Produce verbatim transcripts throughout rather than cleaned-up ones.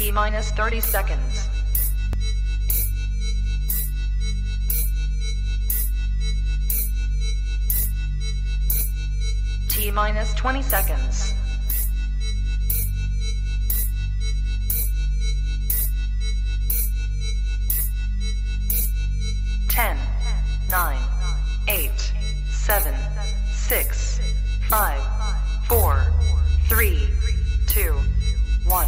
T minus thirty seconds. T minus twenty seconds. ten, nine, eight, seven, six, five, four, three, two, one.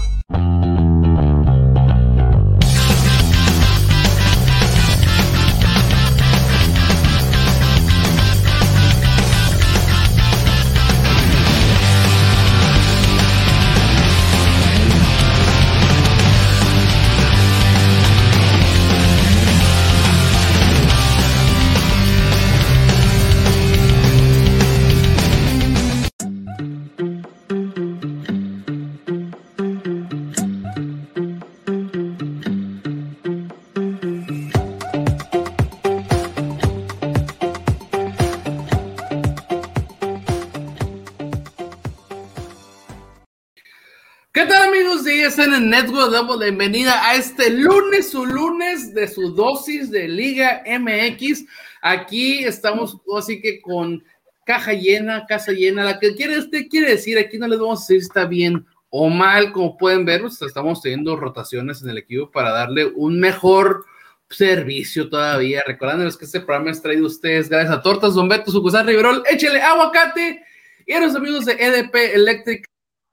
¿Qué tal, amigos de E S N Network? Damos la bienvenida a este lunes, su lunes de su dosis de Liga M X. Aquí estamos así que con caja llena, casa llena, la que quiere usted quiere decir. Aquí no les vamos a decir si está bien o mal. Como pueden ver, pues, estamos teniendo rotaciones en el equipo para darle un mejor servicio todavía. Recordándoles que este programa es traído a ustedes gracias a Tortas Don Beto, Sucursal Riverol, Échele Aguacate y a los amigos de E D P Electric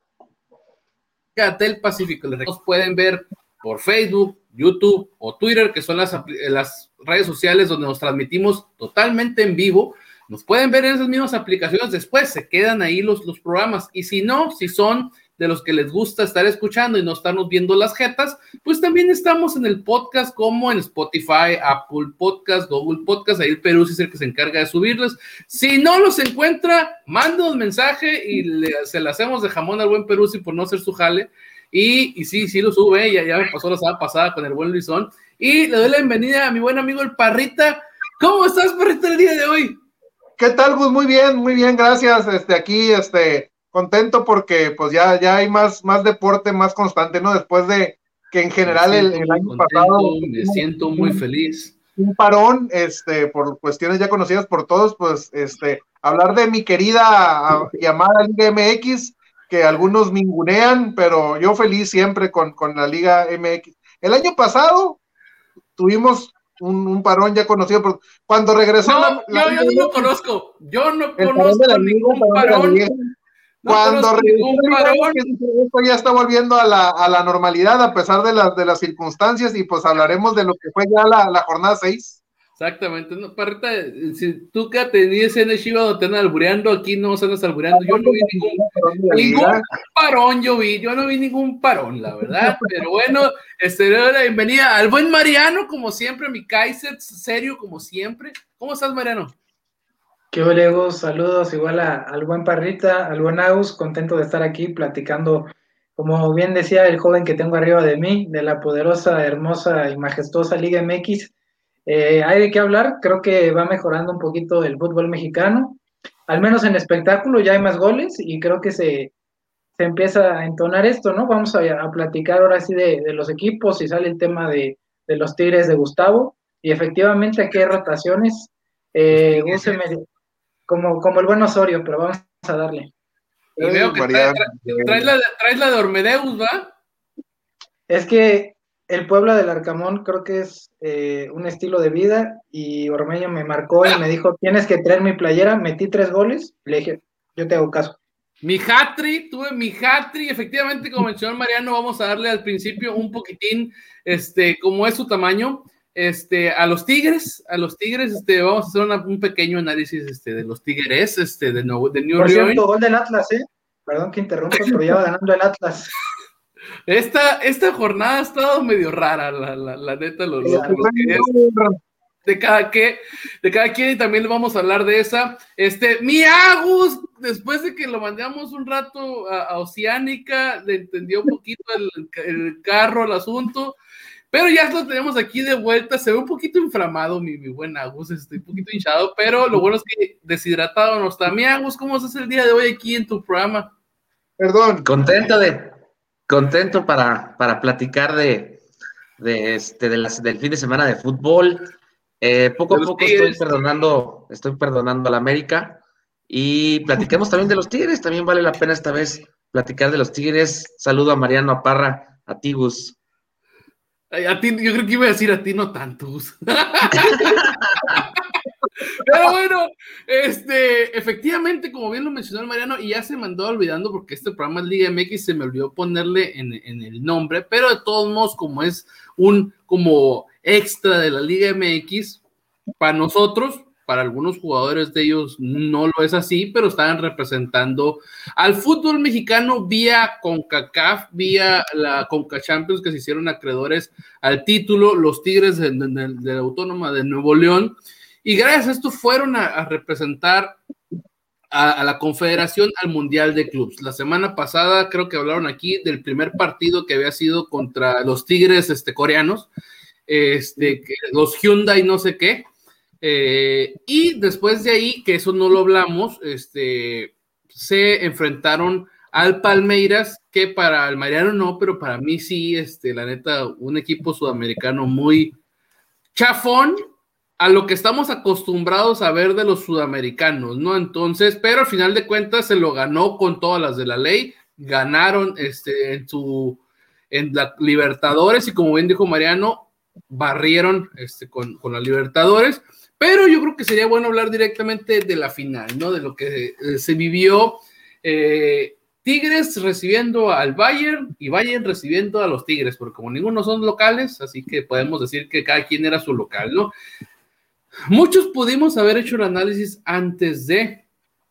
del Pacífico. Nos pueden ver por Facebook, YouTube o Twitter, que son las, las redes sociales donde nos transmitimos totalmente en vivo. Nos pueden ver en esas mismas aplicaciones, después se quedan ahí los, los programas, y si no, si son de los que les gusta estar escuchando y no estarnos viendo las jetas, pues también estamos en el podcast como en Spotify, Apple Podcast, Google Podcast. Ahí el Perú es el que se encarga de subirlos. Si no los encuentra, manda un mensaje y le, se le hacemos de jamón al buen Peruzzi por no hacer su jale, y, y sí, sí lo sube, ya, ya me pasó la semana pasada con el buen Luisón, y le doy la bienvenida a mi buen amigo el Parrita. ¿Cómo estás, Parrita, el día de hoy? ¿Qué tal, Gus? Muy bien, muy bien, gracias, este, aquí, este, contento porque, pues, ya, ya hay más, más deporte, más constante, ¿no? Después de que en general el, el año contento, pasado... Me siento muy feliz. Un parón, este, por cuestiones ya conocidas por todos, pues, este, hablar de mi querida y amada Liga M X, que algunos ningunean, pero yo feliz siempre con, con la Liga M X. El año pasado tuvimos un, un parón ya conocido, por, cuando regresó no, la, la yo, yo no lo conozco, yo no conozco parón ningún Liga, parón. No cuando regresó parón, esto ya está volviendo a la, a la normalidad a pesar de las, de las circunstancias, y pues hablaremos de lo que fue ya la, la jornada seis. Exactamente, no, Parrita, si tú que tenías en el Chiva donde te andan albureando, aquí no se andan albureando. Yo no vi ningún, ningún parón, yo vi, yo no vi ningún parón, la verdad. Pero bueno, este, le doy la bienvenida al buen Mariano, como siempre, mi Kaiser, serio como siempre. ¿Cómo estás, Mariano? Qué hola, saludos igual a, al buen Parrita, al buen Agus, contento de estar aquí platicando, como bien decía el joven que tengo arriba de mí, de la poderosa, hermosa y majestuosa Liga M X. Eh, hay de qué hablar, creo que va mejorando un poquito el fútbol mexicano, al menos en espectáculo ya hay más goles y creo que se, se empieza a entonar esto, ¿no? Vamos a, a platicar ahora sí de, de los equipos, y sale el tema de, de los Tigres de Gustavo, y efectivamente aquí hay rotaciones, eh, úseme, como, como el buen Osorio, pero vamos a darle. Y veo que traes trae, trae la, trae la de Ormedeus, ¿va? Es que el Puebla del Arcamón creo que es eh, un estilo de vida, y Ormeño me marcó y me dijo, tienes que traer mi playera, metí tres goles, le dije, yo te hago caso. Mi hat-trick, tuve mi hat-trick, efectivamente, como mencionó Mariano, vamos a darle al principio un poquitín, este, como es su tamaño, este, a los Tigres, a los Tigres, este, vamos a hacer una, un pequeño análisis, este, de los Tigres, este, de, Nuevo, de New Por Orleans. cierto, gol del Atlas, eh, perdón que interrumpa, pero ya va ganando el Atlas. Esta, esta jornada ha estado medio rara, la, la, la neta, los, los, los que es de cada, que, de cada quien, y también vamos a hablar de esa. Este, mi Agus, después de que lo mandamos un rato a, a Oceánica, le entendió un poquito el, el carro, el asunto, pero ya lo tenemos aquí de vuelta. Se ve un poquito inflamado mi, mi buen Agus, este, un poquito hinchado, pero lo bueno es que deshidratado no está. Mi Agus, ¿cómo estás el día de hoy aquí en tu programa? Perdón. Contento de... contento para, para platicar de, de este, de las, del fin de semana de fútbol. Eh, poco a poco estoy perdonando, estoy perdonando a la América y platiquemos también de los Tigres. También vale la pena esta vez platicar de los Tigres. Saludo a Mariano, a Parra, a ti, Gus. A ti, yo creo que iba a decir a ti no tantos. Pero bueno, este, efectivamente, como bien lo mencionó el Mariano, y ya se me andó olvidando porque este programa es Liga M X, se me olvidó ponerle en, en el nombre, pero de todos modos, como es un como extra de la Liga M X, para nosotros, para algunos jugadores de ellos no lo es así, pero estaban representando al fútbol mexicano vía CONCACAF, vía la CONCACHAMPIONS, que se hicieron acreedores al título, los Tigres de, de, de, de la Autónoma de Nuevo León. Y gracias a esto fueron a, a representar a, a la Confederación al Mundial de Clubes. La semana pasada creo que hablaron aquí del primer partido que había sido contra los Tigres este, coreanos, este, que, los Hyundai no sé qué, eh, y después de ahí, que eso no lo hablamos, este, se enfrentaron al Palmeiras, que para el Mariano no, pero para mí sí, este, la neta, un equipo sudamericano muy chafón, a lo que estamos acostumbrados a ver de los sudamericanos, ¿no? Entonces, pero al final de cuentas se lo ganó con todas las de la ley, ganaron este, en su, en la Libertadores, y como bien dijo Mariano, barrieron este, con, con la Libertadores, pero yo creo que sería bueno hablar directamente de la final, ¿no? De lo que eh, se vivió, eh, Tigres recibiendo al Bayern y Bayern recibiendo a los Tigres, porque como ninguno son locales, así que podemos decir que cada quien era su local, ¿no? Muchos pudimos haber hecho el análisis antes de,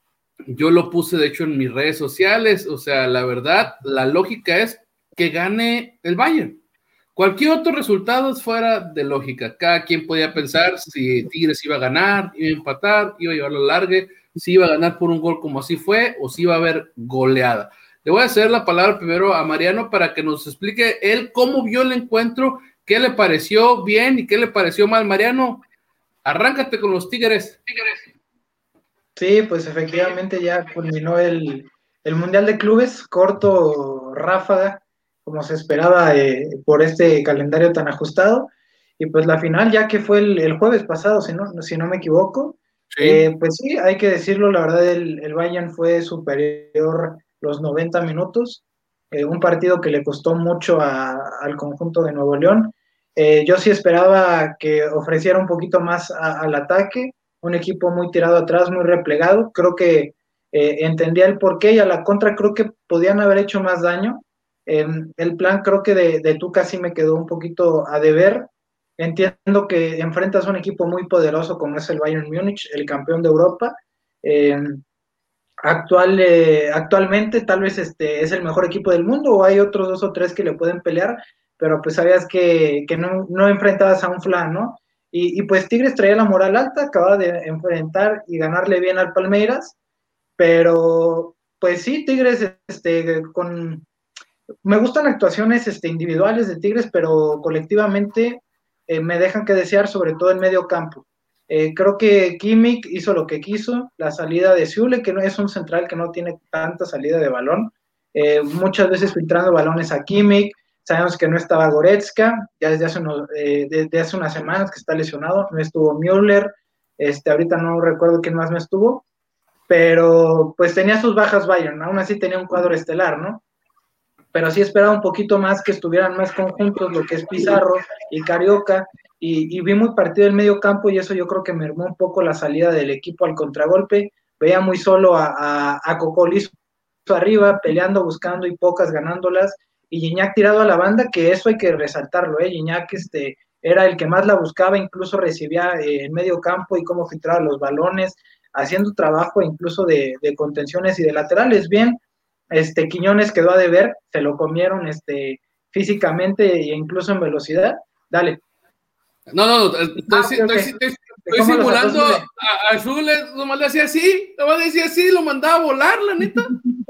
yo lo puse de hecho en mis redes sociales, o sea, la verdad, la lógica es que gane el Bayern. Cualquier otro resultado es fuera de lógica. Cada quien podía pensar si Tigres iba a ganar, iba a empatar, iba a llevarlo al largue, si iba a ganar por un gol como así fue, o si iba a haber goleada. Le voy a hacer la palabra primero a Mariano para que nos explique él cómo vio el encuentro, qué le pareció bien y qué le pareció mal. Mariano, arráncate con los Tigres. Sí, pues efectivamente ya culminó el, el Mundial de Clubes, corto, ráfaga, como se esperaba eh, por este calendario tan ajustado, y pues la final ya que fue el, el jueves pasado, si no, si no me equivoco, sí. Eh, pues sí, hay que decirlo, la verdad el, el Bayern fue superior los noventa minutos, eh, un partido que le costó mucho a, al conjunto de Nuevo León. Eh, yo sí esperaba que ofreciera un poquito más a, al ataque, un equipo muy tirado atrás, muy replegado, creo que eh, entendía el porqué, y a la contra creo que podían haber hecho más daño. Eh, el plan creo que de, de Tuca sí me quedó un poquito a deber. Entiendo que enfrentas a un equipo muy poderoso como es el Bayern Múnich, el campeón de Europa, eh, actual, eh, actualmente tal vez este es el mejor equipo del mundo, o hay otros dos o tres que le pueden pelear, pero pues sabías que, que no, no enfrentabas a un flan, ¿no? Y, y pues Tigres traía la moral alta, acababa de enfrentar y ganarle bien al Palmeiras, pero pues sí, Tigres este, con... Me gustan actuaciones este, individuales de Tigres, pero colectivamente eh, me dejan que desear, sobre todo en medio campo. Eh, creo que Kimmich hizo lo que quiso, la salida de Süle, que no es un central que no tiene tanta salida de balón, eh, muchas veces filtrando balones a Kimmich. Sabemos que no estaba Goretzka, ya desde hace, unos, eh, desde hace unas semanas que está lesionado, no estuvo Müller, este, ahorita no recuerdo quién más no estuvo, pero pues tenía sus bajas Bayern, aún así tenía un cuadro estelar, ¿no? Pero sí esperaba un poquito más, que estuvieran más conjuntos, lo que es Pizarro y Carioca, y, y vi muy partido el medio campo, y eso yo creo que mermó un poco la salida del equipo al contragolpe. Veía muy solo a, a, a Cocolizo arriba, peleando, buscando y pocas ganándolas, y Gignac tirado a la banda, que eso hay que resaltarlo, ¿eh? Gignac este, era el que más la buscaba, incluso recibía eh, en medio campo y cómo filtraba los balones, haciendo trabajo incluso de, de contenciones y de laterales. Bien, este Quiñones quedó a deber, se lo comieron este, físicamente e incluso en velocidad. Dale. No, no, no, estoy, ah, estoy, okay. estoy, estoy, estoy simulando a, a Azul, nomás le hacía así, nomás le decía así, lo mandaba a volar, la neta.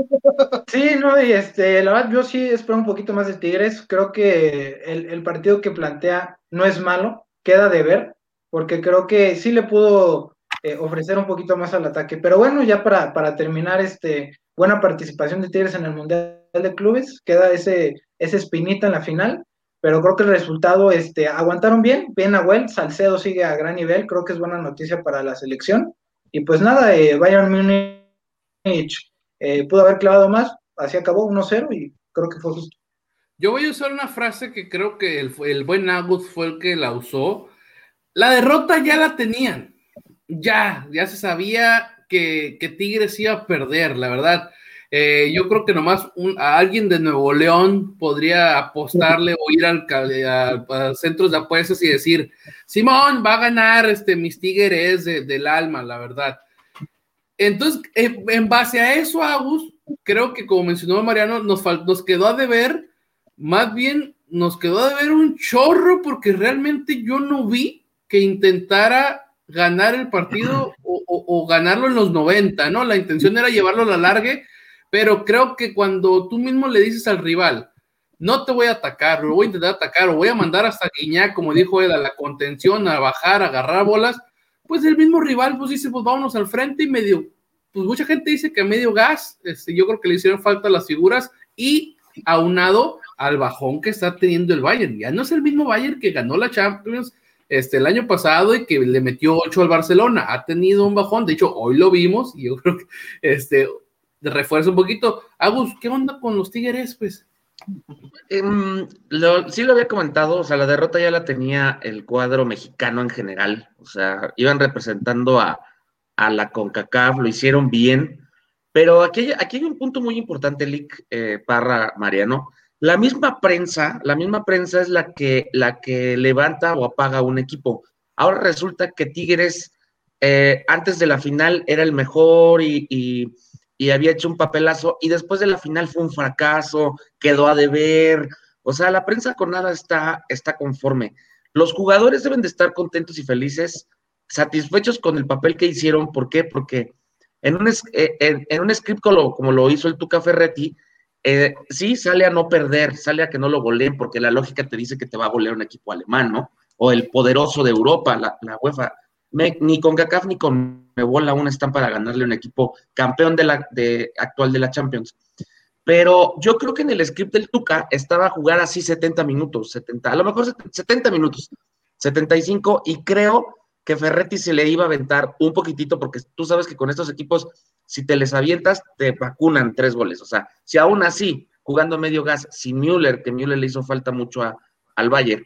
Sí, no, y este, la verdad, yo sí espero un poquito más de Tigres. Creo que el, el partido que plantea no es malo, queda de ver, porque creo que sí le pudo eh, ofrecer un poquito más al ataque. Pero bueno, ya para, para terminar, este, buena participación de Tigres en el Mundial de Clubes, queda ese, ese espinita en la final, pero creo que el resultado, este, aguantaron bien, bien Nahuel, Salcedo sigue a gran nivel, creo que es buena noticia para la selección, y pues nada, eh, Bayern Múnich eh, pudo haber clavado más, así acabó uno cero y creo que fue justo. Yo voy a usar una frase que creo que el, el buen Agus fue el que la usó. La derrota ya la tenían, ya, ya se sabía que, que Tigres iba a perder, la verdad. Eh, yo creo que nomás un, a alguien de Nuevo León podría apostarle o ir al, a, a centros de apuestas y decir, Simón, va a ganar este, mis Tigres de, del alma, la verdad. Entonces, en, en base a eso, Agus, creo que como mencionó Mariano, nos, fal, nos quedó a deber, más bien nos quedó a deber un chorro, porque realmente yo no vi que intentara ganar el partido o, o, o ganarlo en los noventa, ¿no? La intención era llevarlo a la larga, pero creo que cuando tú mismo le dices al rival, no te voy a atacar, lo voy a intentar atacar, o voy a mandar hasta Guiñac, como dijo él, a la contención, a bajar, a agarrar bolas, pues el mismo rival pues dice, pues vámonos al frente y medio, pues mucha gente dice que medio gas, este, yo creo que le hicieron falta las figuras y aunado al bajón que está teniendo el Bayern, ya no es el mismo Bayern que ganó la Champions este, el año pasado y que le metió ocho al Barcelona, ha tenido un bajón, de hecho hoy lo vimos y yo creo que este, refuerza un poquito. Agus, ¿qué onda con los Tigres pues? Um, lo, sí lo había comentado, o sea, la derrota ya la tenía el cuadro mexicano en general, o sea, iban representando a, a la CONCACAF, lo hicieron bien, pero aquí hay, aquí hay un punto muy importante, Lick, eh, Parra, Mariano, la misma prensa, la misma prensa es la que, la que levanta o apaga un equipo. Ahora resulta que Tigres, eh, antes de la final era el mejor y, y y había hecho un papelazo, y después de la final fue un fracaso, quedó a deber, o sea, la prensa con nada está, está conforme. Los jugadores deben de estar contentos y felices, satisfechos con el papel que hicieron, ¿por qué? Porque en un, en, en un script como, como lo hizo el Tuca Ferretti, eh, sí sale a no perder, sale a que no lo goleen, porque la lógica te dice que te va a golear un equipo alemán, ¿no? O el poderoso de Europa, la, la UEFA. Me, ni con CONCACAF ni con Mebol aún están para ganarle un equipo campeón de la, de, actual de la Champions. Pero yo creo que en el script del Tuca estaba a jugar así setenta minutos, setenta, a lo mejor setenta minutos, setenta y cinco, y creo que Ferretti se le iba a aventar un poquitito, porque tú sabes que con estos equipos, si te les avientas, te vacunan tres goles. O sea, si aún así, jugando medio gas, sin Müller, que Müller le hizo falta mucho a, al Bayern,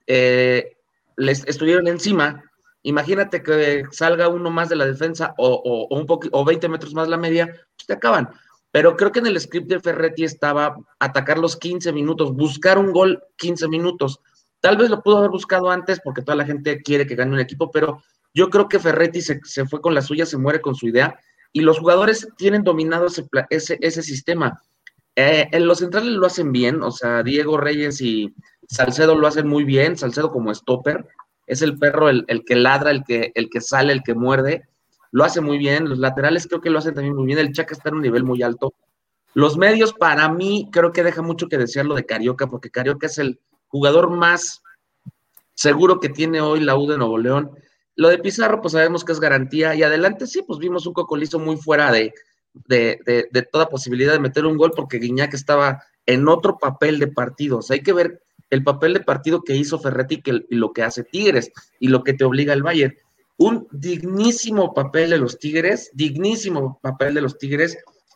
eh, les estuvieron encima. Imagínate que salga uno más de la defensa o, o, o un poco, o veinte metros más la media, pues te acaban. Pero creo que en el script de Ferretti estaba atacar los quince minutos, buscar un gol quince minutos. Tal vez lo pudo haber buscado antes porque toda la gente quiere que gane un equipo, pero yo creo que Ferretti se, se fue con la suya, se muere con su idea, y los jugadores tienen dominado ese, ese, ese sistema. Eh, en los centrales lo hacen bien, o sea, Diego Reyes y Salcedo lo hacen muy bien, Salcedo como stopper, es el perro el, el que ladra, el que, el que sale, el que muerde, lo hace muy bien. Los laterales creo que lo hacen también muy bien, el Chaca está en un nivel muy alto. Los medios, para mí, creo que deja mucho que desear lo de Carioca, porque Carioca es el jugador más seguro que tiene hoy la U de Nuevo León. Lo de Pizarro, pues sabemos que es garantía, y adelante sí, pues vimos un Cocolizo muy fuera de, de, de, de toda posibilidad de meter un gol, porque Guiñac estaba en otro papel de partido. O sea, hay que ver el papel de partido que hizo Ferretti que, y lo que hace Tigres y lo que te obliga el Bayern. Un dignísimo papel de los Tigres, dignísimo papel de los Tigres,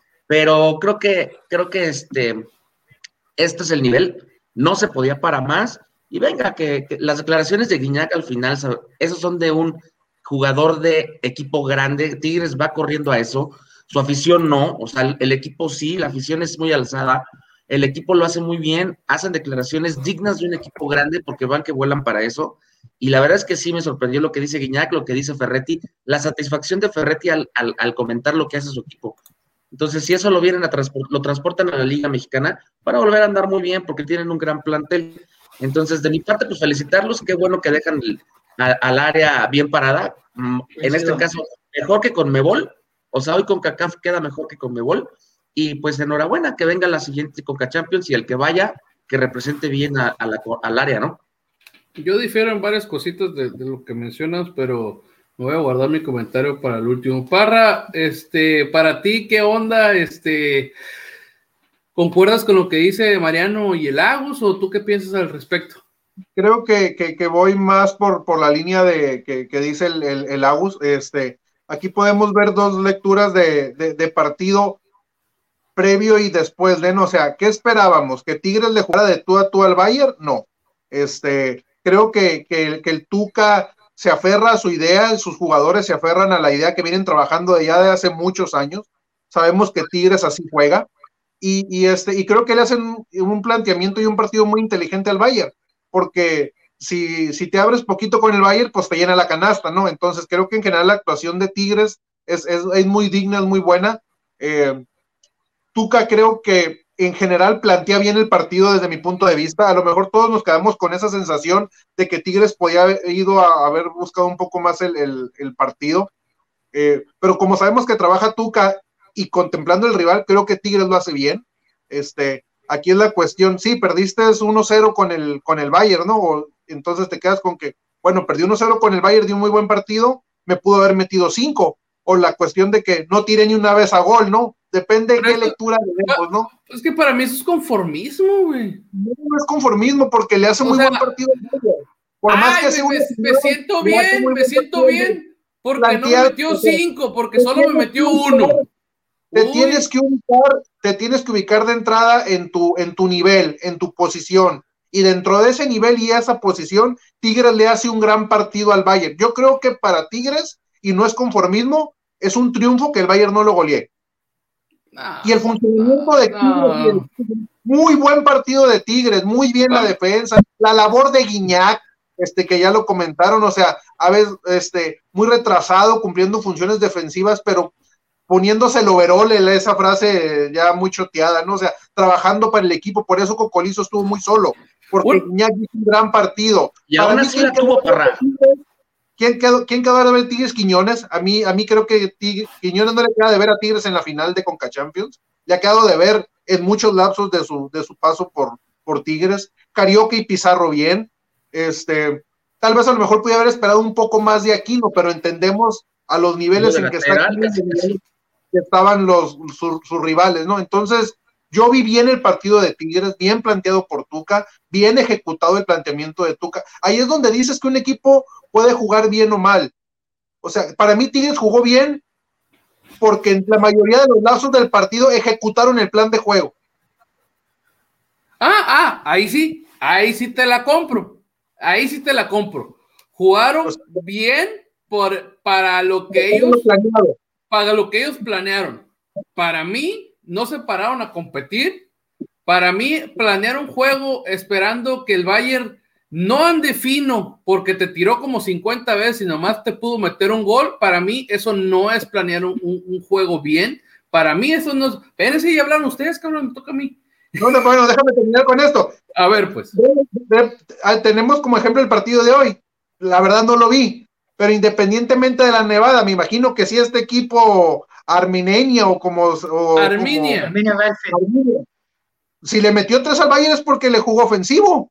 pero creo que, creo que este, este es el nivel, no se podía para más, y venga, que, que las declaraciones de Guiñac al final, esos son de un jugador de equipo grande, Tigres va corriendo a eso, su afición no, o sea, el, el equipo sí, la afición es muy alzada, el equipo lo hace muy bien, hacen declaraciones dignas de un equipo grande porque van que vuelan para eso, y la verdad es que sí me sorprendió lo que dice Guiñac, lo que dice Ferretti, la satisfacción de Ferretti al, al, al comentar lo que hace su equipo. Entonces, si eso lo vienen a transport, lo transportan a la Liga Mexicana, van a volver a andar muy bien porque tienen un gran plantel. Entonces, de mi parte, pues felicitarlos, qué bueno que dejan el, a, al área bien parada, en este caso, mejor que con Mebol, o sea, hoy con CONCACAF queda mejor que con Mebol, y pues enhorabuena, que venga la siguiente Conca Champions y el que vaya, que represente bien a, a la, al área, ¿no? Yo difiero en varias cositas de, de lo que mencionas, pero me voy a guardar mi comentario para el último. Parra, este, para ti, ¿qué onda? Este, ¿Concuerdas con lo que dice Mariano y el Agus o tú qué piensas al respecto? Creo que, que, que voy más por, por la línea de que, que dice el, el, el Agus. Este, aquí podemos ver dos lecturas de, de, de partido previo y después de, ¿no? O sea, ¿qué esperábamos? ¿Que Tigres le jugara de tú a tú al Bayern? No. Este, creo que, que, que el Tuca se aferra a su idea, sus jugadores se aferran a la idea que vienen trabajando de ya de hace muchos años. Sabemos que Tigres así juega. Y, y, este, y creo que le hacen un, un planteamiento y un partido muy inteligente al Bayern, porque si, si te abres poquito con el Bayern, pues te llena la canasta, ¿no? Entonces creo que en general la actuación de Tigres es, es, es muy digna, es muy buena. Eh, Tuca creo que en general plantea bien el partido desde mi punto de vista. A lo mejor todos nos quedamos con esa sensación de que Tigres podía haber ido a haber buscado un poco más el, el, el partido, eh, pero como sabemos que trabaja Tuca y contemplando el rival, creo que Tigres lo hace bien. Este, aquí es la cuestión, sí, perdiste uno cero con el, con el Bayern, ¿no? O, entonces te quedas con que, bueno, perdí uno cero con el Bayern, dio un muy buen partido, me pudo haber metido cinco, o la cuestión de que no tiré ni una vez a gol, ¿no? Depende de qué esto, lectura le demos, ¿no? Es que para mí eso es conformismo, güey. No, no es conformismo, porque le hace o muy sea, buen partido al Bayern. Por ay, más que me, sea me, me siento bien, me siento bien, porque plantear, no me metió cinco, porque solo me metió uno. Te Uy. tienes que ubicar, te tienes que ubicar de entrada en tu, en tu nivel, en tu posición, y dentro de ese nivel y esa posición, Tigres le hace un gran partido al Bayern. Yo creo que para Tigres, y no es conformismo, es un triunfo que el Bayern no lo golee. No, y el funcionamiento no, de Tigres, no. muy buen partido de Tigres, muy bien la defensa, la labor de Guiñac, este, que ya lo comentaron, o sea, a veces este, muy retrasado, cumpliendo funciones defensivas, pero poniéndose el overall, esa frase ya muy choteada, ¿no? O sea, trabajando para el equipo, por eso Cocolizo estuvo muy solo, porque Guiñac hizo un gran partido. Y aún así la tuvo Parra. ¿Quién quedó, ¿Quién quedó de ver Tigres? Quiñones. A mí, a mí creo que Tigres, Quiñones no le queda de ver a Tigres en la final de Conca Champions. Le ha quedado de ver en muchos lapsos de su, de su paso por, por Tigres. Carioca y Pizarro bien. Este, tal vez a lo mejor pudiera haber esperado un poco más de Aquino, pero entendemos a los niveles en que está Aquino, que estaban los sus, sus rivales, ¿no? Entonces, yo vi bien el partido de Tigres, bien planteado por Tuca, bien ejecutado el planteamiento de Tuca. Ahí es donde dices que un equipo puede jugar bien o mal. O sea, para mí Tigres jugó bien porque en la mayoría de los lazos del partido ejecutaron el plan de juego. Ah, ah, ahí sí, ahí sí te la compro. Ahí sí te la compro. Jugaron pues, bien por, para lo que ellos para lo que ellos planearon. Para mí no se pararon a competir. Para mí planearon juego esperando que el Bayern no ande fino porque te tiró como cincuenta veces y nomás te pudo meter un gol. Para mí eso no es planear un, un, un juego bien. Para mí eso no es... Espérense y hablan ustedes, cabrón, me toca a mí. No, no, bueno, déjame terminar con esto. A ver, pues. De, de, de, tenemos como ejemplo el partido de hoy. La verdad no lo vi, pero independientemente de la nevada, me imagino que si este equipo Arminia o como... O, Arminia. Como, Arminia, Arminia. Si le metió tres al Bayern es porque le jugó ofensivo.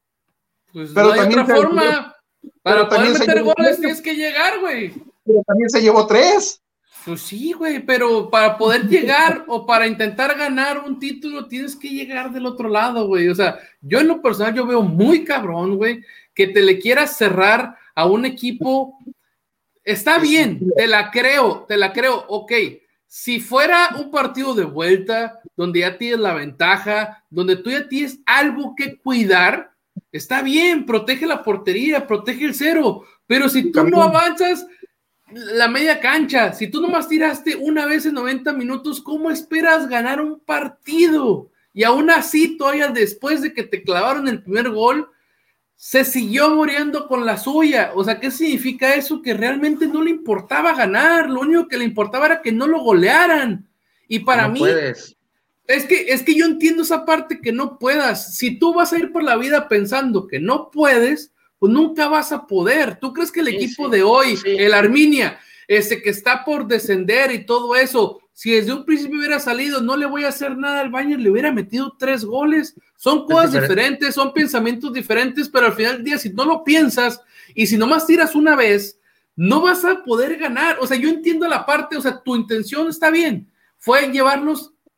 Pues pero no hay también otra forma. Llevó, para poder meter goles tienes que llegar, güey. Pero también se llevó tres. Pues sí, güey, pero para poder llegar o para intentar ganar un título tienes que llegar del otro lado, güey. O sea, yo en lo personal yo veo muy cabrón, güey, que te le quieras cerrar a un equipo. Está bien, te la creo, te la creo, ok. Si fuera un partido de vuelta, donde ya tienes la ventaja, donde tú ya tienes algo que cuidar, está bien, protege la portería, protege el cero, pero si tú no avanzas la media cancha, si tú nomás tiraste una vez en noventa minutos, ¿cómo esperas ganar un partido? Y aún así, todavía después de que te clavaron el primer gol, se siguió muriendo con la suya. O sea, ¿qué significa eso? Que realmente no le importaba ganar, lo único que le importaba era que no lo golearan. Y para no mí, puedes. Es que, es que yo entiendo esa parte que no puedas. Si tú vas a ir por la vida pensando que no puedes, pues nunca vas a poder. ¿Tú crees que el sí, equipo sí, de hoy, sí. el Arminia, ese que está por descender y todo eso, si desde un principio hubiera salido, no le voy a hacer nada al Bayern, le hubiera metido tres goles? Son cosas diferentes, son pensamientos diferentes, pero al final del día, si no lo piensas y si nomás tiras una vez, no vas a poder ganar. O sea, yo entiendo la parte, o sea, tu intención está bien, fue llevarnos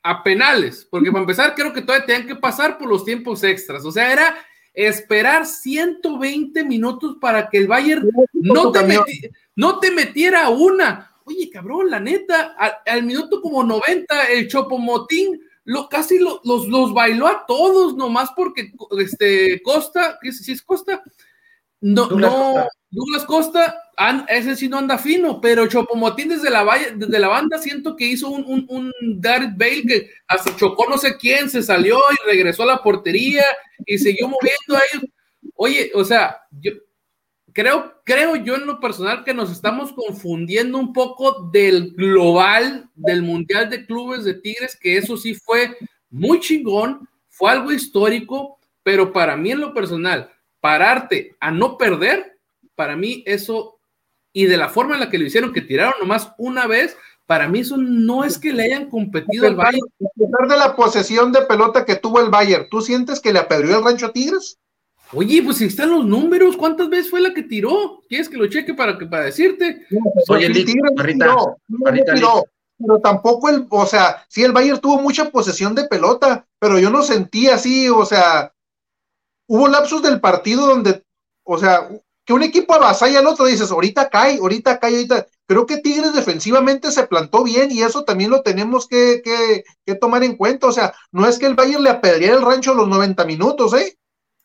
a penales, porque para empezar creo que todavía tenían que pasar por los tiempos extras, o sea, era esperar ciento veinte minutos para que el Bayern no te, meti- no te metiera una. Oye, cabrón, la neta, al, al minuto como noventa, el Chopomotín lo, casi lo, los, los bailó a todos, nomás porque este, Costa, ¿qué si es Costa? No, Douglas no, Costa. Douglas Costa, an, ese sí no anda fino, pero Chopomotín desde la, desde la banda siento que hizo un, un, un Gareth Bale que hasta chocó no sé quién, se salió y regresó a la portería y siguió moviendo a ellos. Oye, o sea, yo creo, creo yo en lo personal que nos estamos confundiendo un poco del global, del Mundial de Clubes de Tigres, que eso sí fue muy chingón, fue algo histórico, pero para mí en lo personal, pararte a no perder, para mí eso, y de la forma en la que lo hicieron, que tiraron nomás una vez, para mí eso no es que le hayan competido al Bayern. A pesar de la posesión de pelota que tuvo el Bayern, ¿tú sientes que le apedreó el rancho a Tigres? Oye, pues si están los números, ¿cuántas veces fue la que tiró? ¿Quieres que lo cheque para, que, para decirte? No, Oye, el Tigres Barrita, tiró, Barrita, tiró, pero tampoco el, o sea, sí el Bayern tuvo mucha posesión de pelota, pero yo no sentí así, o sea, hubo lapsos del partido donde, o sea, que un equipo avasalla al otro, dices, ahorita cae, ahorita cae, ahorita, creo que Tigres defensivamente se plantó bien y eso también lo tenemos que, que, que tomar en cuenta, o sea, no es que el Bayern le apedreara el rancho a los noventa minutos, ¿eh?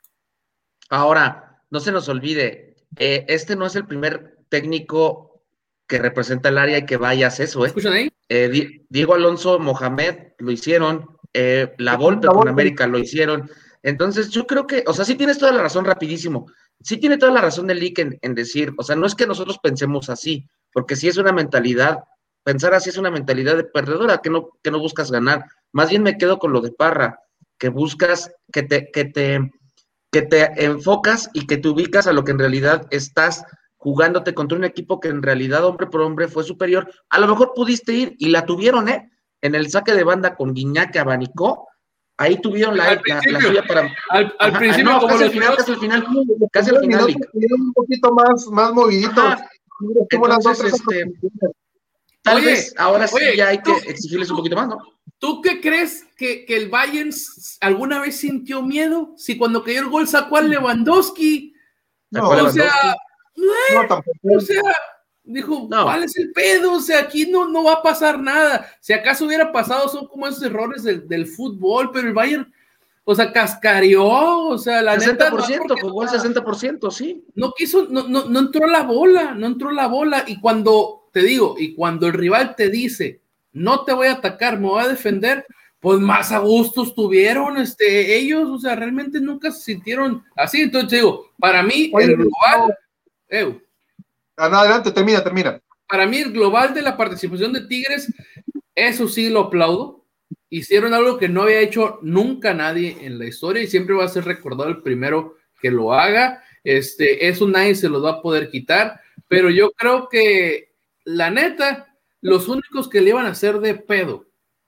Ahora, no se nos olvide, eh, este no es el primer técnico que representa el área y que vaya a hacer eso, ¿eh? ¿Escuchan ahí? eh Di- Diego Alonso, Mohamed lo hicieron, eh, La Volpe con América lo hicieron, entonces yo creo que, o sea, sí tienes toda la razón, rapidísimo, sí tiene toda la razón el Lick en, en decir, o sea, no es que nosotros pensemos así, porque sí es una mentalidad, pensar así es una mentalidad de perdedora, que no, que no buscas ganar, más bien me quedo con lo de Parra, que buscas, que te, que te que te enfocas y que te ubicas a lo que en realidad estás jugándote contra un equipo que en realidad hombre por hombre fue superior. A lo mejor pudiste ir y la tuvieron, ¿eh? En el saque de banda con Guiñac que abanicó, ahí tuvieron la, la, la suya para... Al, al Ajá, principio, no, como casi los al final, primeros... casi al final, casi al final. Un poquito más, más movidito. Entonces, este, tal oye, vez ahora oye, sí ya hay que tú, exigirles un poquito más, ¿no? ¿Tú qué crees que, que el Bayern alguna vez sintió miedo? Si cuando cayó el gol sacó al Lewandowski. No, o Lewandowski. sea, no, tampoco. o sea, dijo, no. ¿cuál es el pedo? O sea, aquí no, no va a pasar nada. Si acaso hubiera pasado, son como esos errores del, del fútbol, pero el Bayern, o sea, cascareó, o sea, la sesenta por ciento, neta. No, jugó el sesenta por ciento, sí. No quiso, no, no, no entró la bola, no entró la bola. Y cuando, te digo, y cuando el rival te dice, no te voy a atacar, me voy a defender, pues más a gusto estuvieron este, ellos, o sea, realmente nunca se sintieron así. Entonces digo, para mí Oye, el global, no. eh, adelante, termina, termina. Para mí el global de la participación de Tigres, eso sí lo aplaudo. Hicieron algo que no había hecho nunca nadie en la historia y siempre va a ser recordado el primero que lo haga. Este, eso nadie se lo va a poder quitar, pero yo creo que la neta, los únicos que le iban a hacer de pedo,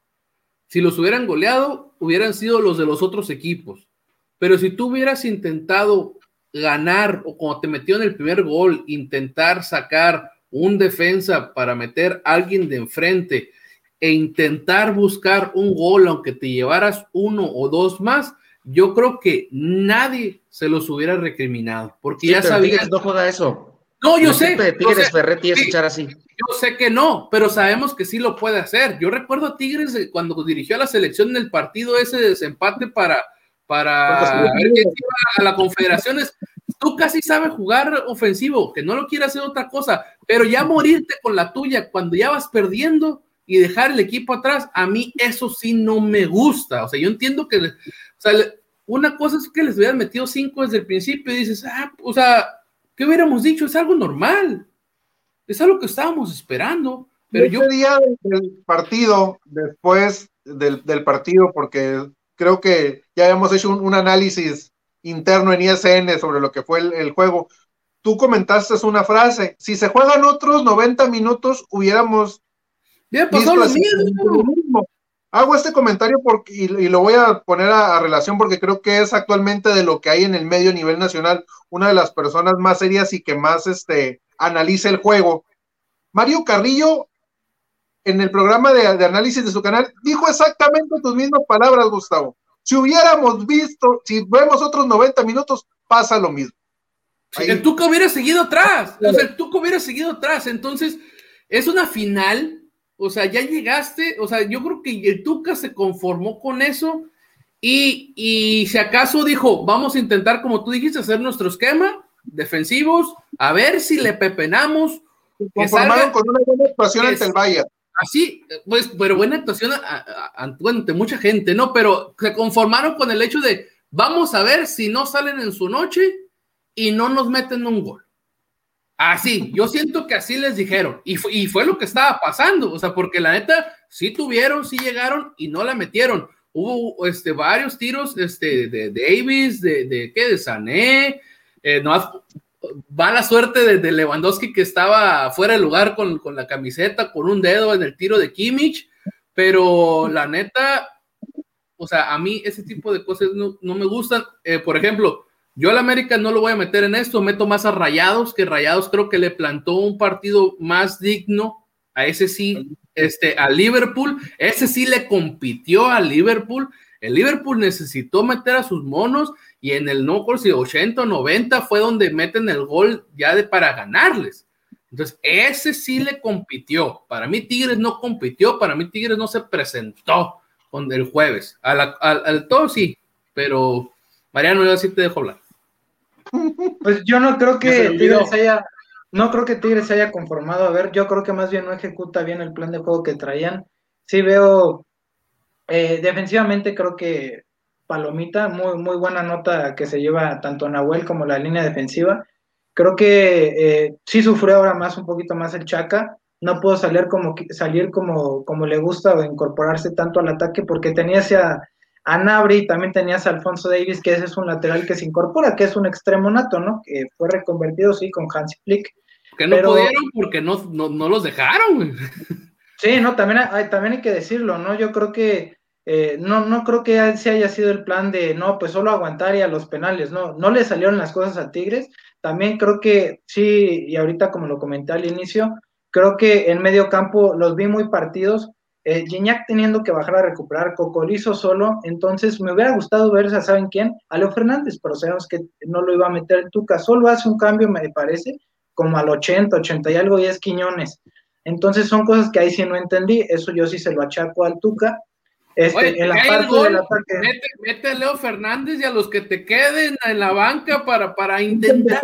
si los hubieran goleado, hubieran sido los de los otros equipos. Pero si tú hubieras intentado ganar, o cuando te metió en el primer gol, intentar sacar un defensa para meter a alguien de enfrente e intentar buscar un gol, aunque te llevaras uno o dos más, yo creo que nadie se los hubiera recriminado, porque sí, ya sabían. Tigres no juega eso. No, yo sé. De Tigres yo sé, Ferretti es sí, echar así. Yo sé que no, pero sabemos que sí lo puede hacer. Yo recuerdo a Tigres cuando dirigió a la selección en el partido ese de desempate para, para ver quién iba a la Confederaciones. Tú casi sabes jugar ofensivo, que no lo quiere hacer otra cosa, pero ya morirte con la tuya cuando ya vas perdiendo y dejar el equipo atrás, a mí eso sí no me gusta. O sea, yo entiendo que, o sea, una cosa es que les hubieran metido cinco desde el principio y dices, ah, o sea, ¿qué hubiéramos dicho? Es algo normal, es algo que estábamos esperando. Pero ese yo... día del partido, después del, del partido, porque creo que ya habíamos hecho un, un análisis interno en I S N sobre lo que fue el, el juego, tú comentaste una frase, si se juegan otros noventa minutos, hubiéramos ya pasó lo mismo. mismo. Hago este comentario porque, y, y lo voy a poner a, a relación porque creo que es actualmente de lo que hay en el medio a nivel nacional, una de las personas más serias y que más este, analiza el juego. Mario Carrillo, en el programa de, de análisis de su canal, dijo exactamente tus mismas palabras, Gustavo. Si hubiéramos visto, si vemos otros noventa minutos, pasa lo mismo. Sí, el Tuca hubiera seguido atrás, o sea, el Tuca hubiera seguido atrás, entonces es una final, o sea, ya llegaste, o sea, yo creo que el Tuca se conformó con eso y, y si acaso dijo, vamos a intentar, como tú dijiste, hacer nuestro esquema defensivos, a ver si le pepenamos. Se conformaron salga, con una buena actuación ante el Bayern. Así, pues, pero buena actuación ante mucha gente, ¿no? Pero se conformaron con el hecho de, vamos a ver si no salen en su noche y no nos meten un gol. Así, yo siento que así les dijeron, y fue, y fue lo que estaba pasando, o sea, porque la neta, sí tuvieron, sí llegaron y no la metieron. Hubo este, varios tiros este, de, de Davis, de, de, ¿qué? De Sané, eh, no, mala suerte de, de Lewandowski que estaba fuera de lugar con, con la camiseta, con un dedo en el tiro de Kimmich, pero la neta, o sea, a mí ese tipo de cosas no, no me gustan. Eh, por ejemplo, yo al América no lo voy a meter en esto, meto más a Rayados, que Rayados creo que le plantó un partido más digno, a ese sí, este, a Liverpool, ese sí le compitió a Liverpool, el Liverpool necesitó meter a sus monos, y en el no por si ochenta o noventa fue donde meten el gol ya de para ganarles, entonces ese sí le compitió, para mí Tigres no compitió, para mí Tigres no se presentó con el jueves, al, al, al todo sí, pero Mariano, yo sí te dejo hablar. Pues yo no creo que Tigres haya, no creo que Tigres se haya conformado, a ver, yo creo que más bien no ejecuta bien el plan de juego que traían. Sí veo, eh, defensivamente creo que palomita, muy, muy buena nota que se lleva tanto Nahuel como la línea defensiva. Creo que eh, sí sufrió ahora más, un poquito más el Chaca, no pudo salir como, salir como, como le gusta o incorporarse tanto al ataque porque tenía esa... a Nabri, también tenías a Alfonso Davis, que ese es un lateral que se incorpora, que es un extremo nato, ¿no? Que fue reconvertido, sí, con Hansi Flick. Que no pero... pudieron porque no, no, no los dejaron. Sí, no, también hay, también hay que decirlo, ¿no? Yo creo que eh, no, no creo que ese haya sido el plan de, no, pues solo aguantar y a los penales, no, no le salieron las cosas a Tigres. También creo que sí, y ahorita como lo comenté al inicio, creo que en medio campo los vi muy partidos, Eh, Gignac teniendo que bajar a recuperar, Cocolizo solo, entonces me hubiera gustado ver, ¿saben quién? A Leo Fernández, pero sabemos que no lo iba a meter el Tuca, solo hace un cambio, me parece, como al ochenta, ochenta y algo, y es Quiñones. Entonces son cosas que ahí sí no entendí, eso yo sí se lo achaco al Tuca. Este, Oye, en la parte gol, del ataque. Mete, mete a Leo Fernández y a los que te queden en la banca para, para intentar.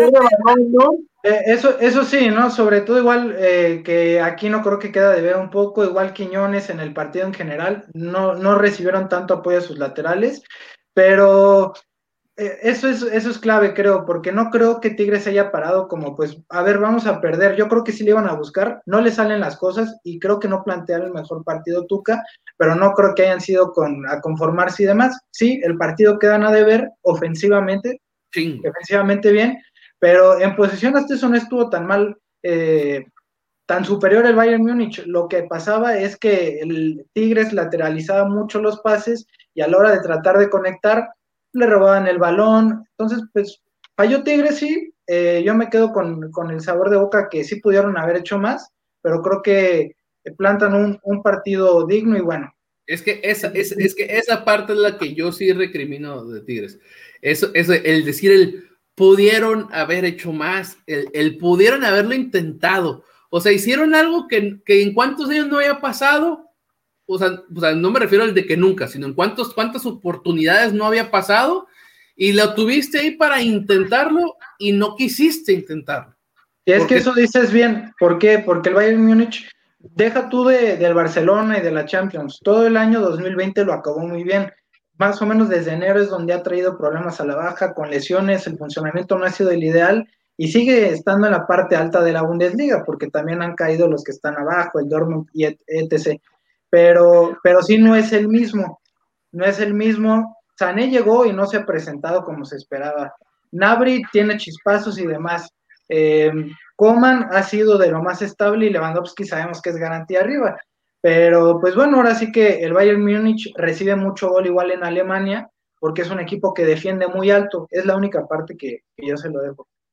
Eh, eso, eso sí, ¿no? Sobre todo igual eh, que aquí no creo que queda de ver un poco, igual Quiñones en el partido en general, no, no recibieron tanto apoyo a sus laterales, pero eh, eso, es, eso es clave, creo, porque no creo que Tigres haya parado como, pues, a ver, vamos a perder, yo creo que sí le iban a buscar, no le salen las cosas y creo que no plantearon el mejor partido Tuca, pero no creo que hayan sido con, a conformarse y demás, sí, el partido quedan a deber ofensivamente, sí. defensivamente bien, pero en posesión hasta eso no estuvo tan mal, eh, tan superior el Bayern Múnich. Lo que pasaba es que el Tigres lateralizaba mucho los pases y a la hora de tratar de conectar le robaban el balón, entonces pues falló Tigres, sí, eh, yo me quedo con, con el sabor de boca que sí pudieron haber hecho más, pero creo que plantan un, un partido digno y bueno. Es que esa, es, es que esa parte es la que yo sí recrimino de Tigres, eso, eso, el decir el pudieron haber hecho más, el, el pudieron haberlo intentado, o sea, hicieron algo que, que en cuántos años no había pasado, o sea, o sea, no me refiero al de que nunca, sino en cuántos, cuántas oportunidades no había pasado, y lo tuviste ahí para intentarlo, y no quisiste intentarlo. Y es que eso dices bien, ¿por qué? Porque el Bayern Múnich, deja tú de, del Barcelona y de la Champions, todo el año dos mil veinte lo acabó muy bien, más o menos desde enero es donde ha traído problemas a la baja, con lesiones, el funcionamiento no ha sido el ideal, y sigue estando en la parte alta de la Bundesliga, porque también han caído los que están abajo, el Dortmund y etcétera. Pero, pero sí no es el mismo, no es el mismo. Sané llegó y no se ha presentado como se esperaba. Gnabry tiene chispazos y demás. Eh, Coman ha sido de lo más estable y Lewandowski sabemos que es garantía arriba. Pero pues bueno, ahora sí que el Bayern Múnich recibe mucho gol igual en Alemania, porque es un equipo que defiende muy alto. Es la única parte que, que yo se lo dejo.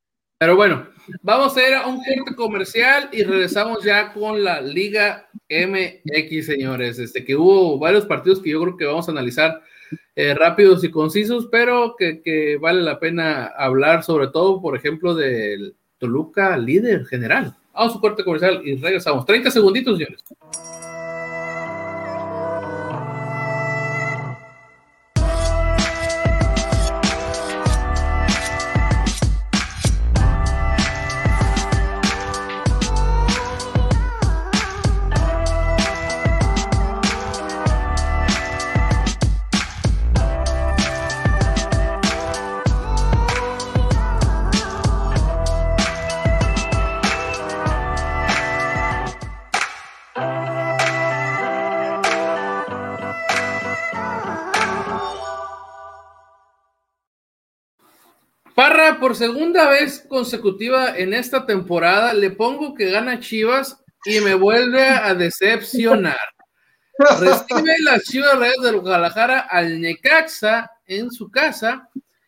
Pero bueno, vamos a ir a un corte comercial y regresamos ya con la Liga M X, señores. Este, que hubo varios partidos que yo creo que vamos a analizar eh, rápidos y concisos, pero que, que vale la pena hablar, sobre todo, por ejemplo, del Toluca líder general. Vamos a un corte comercial y regresamos. treinta segunditos, señores. Parra, por segunda vez consecutiva en esta temporada, le pongo que gana Chivas y me vuelve a decepcionar. Recibe las Chivas Rayadas del Guadalajara al Necaxa en su casa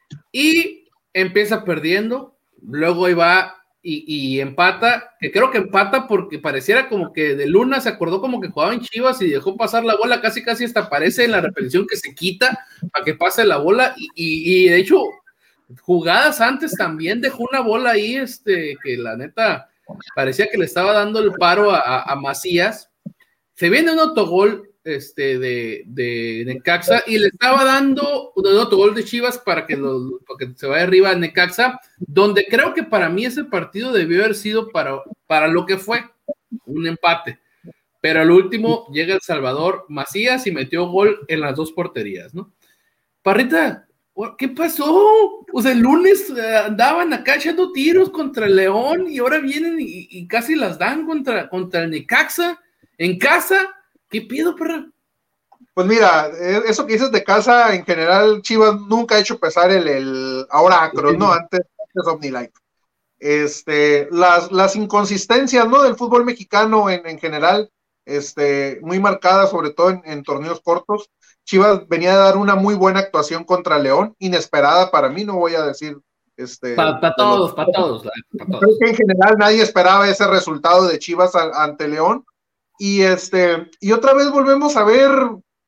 y empieza perdiendo, luego ahí va y, y empata, que creo que empata porque pareciera como que de Luna se acordó como que jugaba en Chivas y dejó pasar la bola, casi casi hasta aparece en la repetición que se quita para que pase la bola y, y, y de hecho jugadas antes también dejó una bola ahí, este, que la neta parecía que le estaba dando el paro a, a Macías. Se viene un autogol este, de, de Necaxa y le estaba dando un autogol de Chivas para que, lo, para que se vaya arriba a Necaxa, donde creo que para mí ese partido debió haber sido para, para lo que fue, un empate. Pero al último llega El Salvador Macías y metió gol en las dos porterías, ¿no? Parrita, ¿qué pasó? O sea, el lunes eh, andaban acá echando tiros contra el León y ahora vienen y, y casi las dan contra, contra el Necaxa en casa. ¿Qué pido, perra? Pues mira, eso que dices de casa, en general, Chivas nunca ha hecho pesar el, el ahora Acros, ¿no? Antes, antes OmniLife. Este, las, las inconsistencias, ¿no? Del fútbol mexicano en, en general, este, muy marcadas, sobre todo en, en torneos cortos. Chivas venía a dar una muy buena actuación contra León, inesperada para mí, no voy a decir... este Para pa todos, para todos, pa todos. Creo que en general nadie esperaba ese resultado de Chivas a, ante León, y este y otra vez volvemos a ver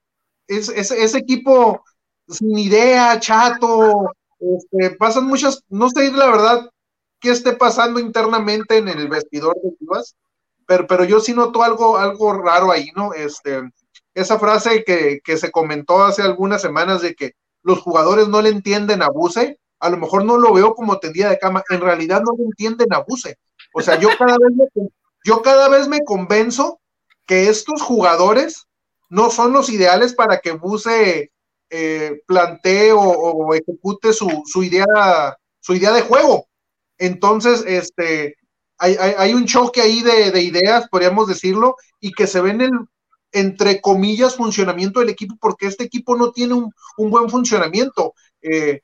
ese, ese, ese equipo sin idea, chato, este, pasan muchas, no sé la verdad qué esté pasando internamente en el vestidor de Chivas, pero, pero yo sí noto algo, algo raro ahí, ¿no? Este... Esa frase que, que se comentó hace algunas semanas de que los jugadores no le entienden a Buse, a lo mejor no lo veo como tendida de cama, en realidad no le entienden a Buse. O sea, yo cada vez me, yo cada vez me convenzo que estos jugadores no son los ideales para que Buse eh, plantee o, o ejecute su, su, idea, su idea de juego. Entonces, este, hay, hay, hay un choque ahí de, de ideas, podríamos decirlo, y que se ve en el entre comillas, funcionamiento del equipo, porque este equipo no tiene un, un buen funcionamiento. Eh,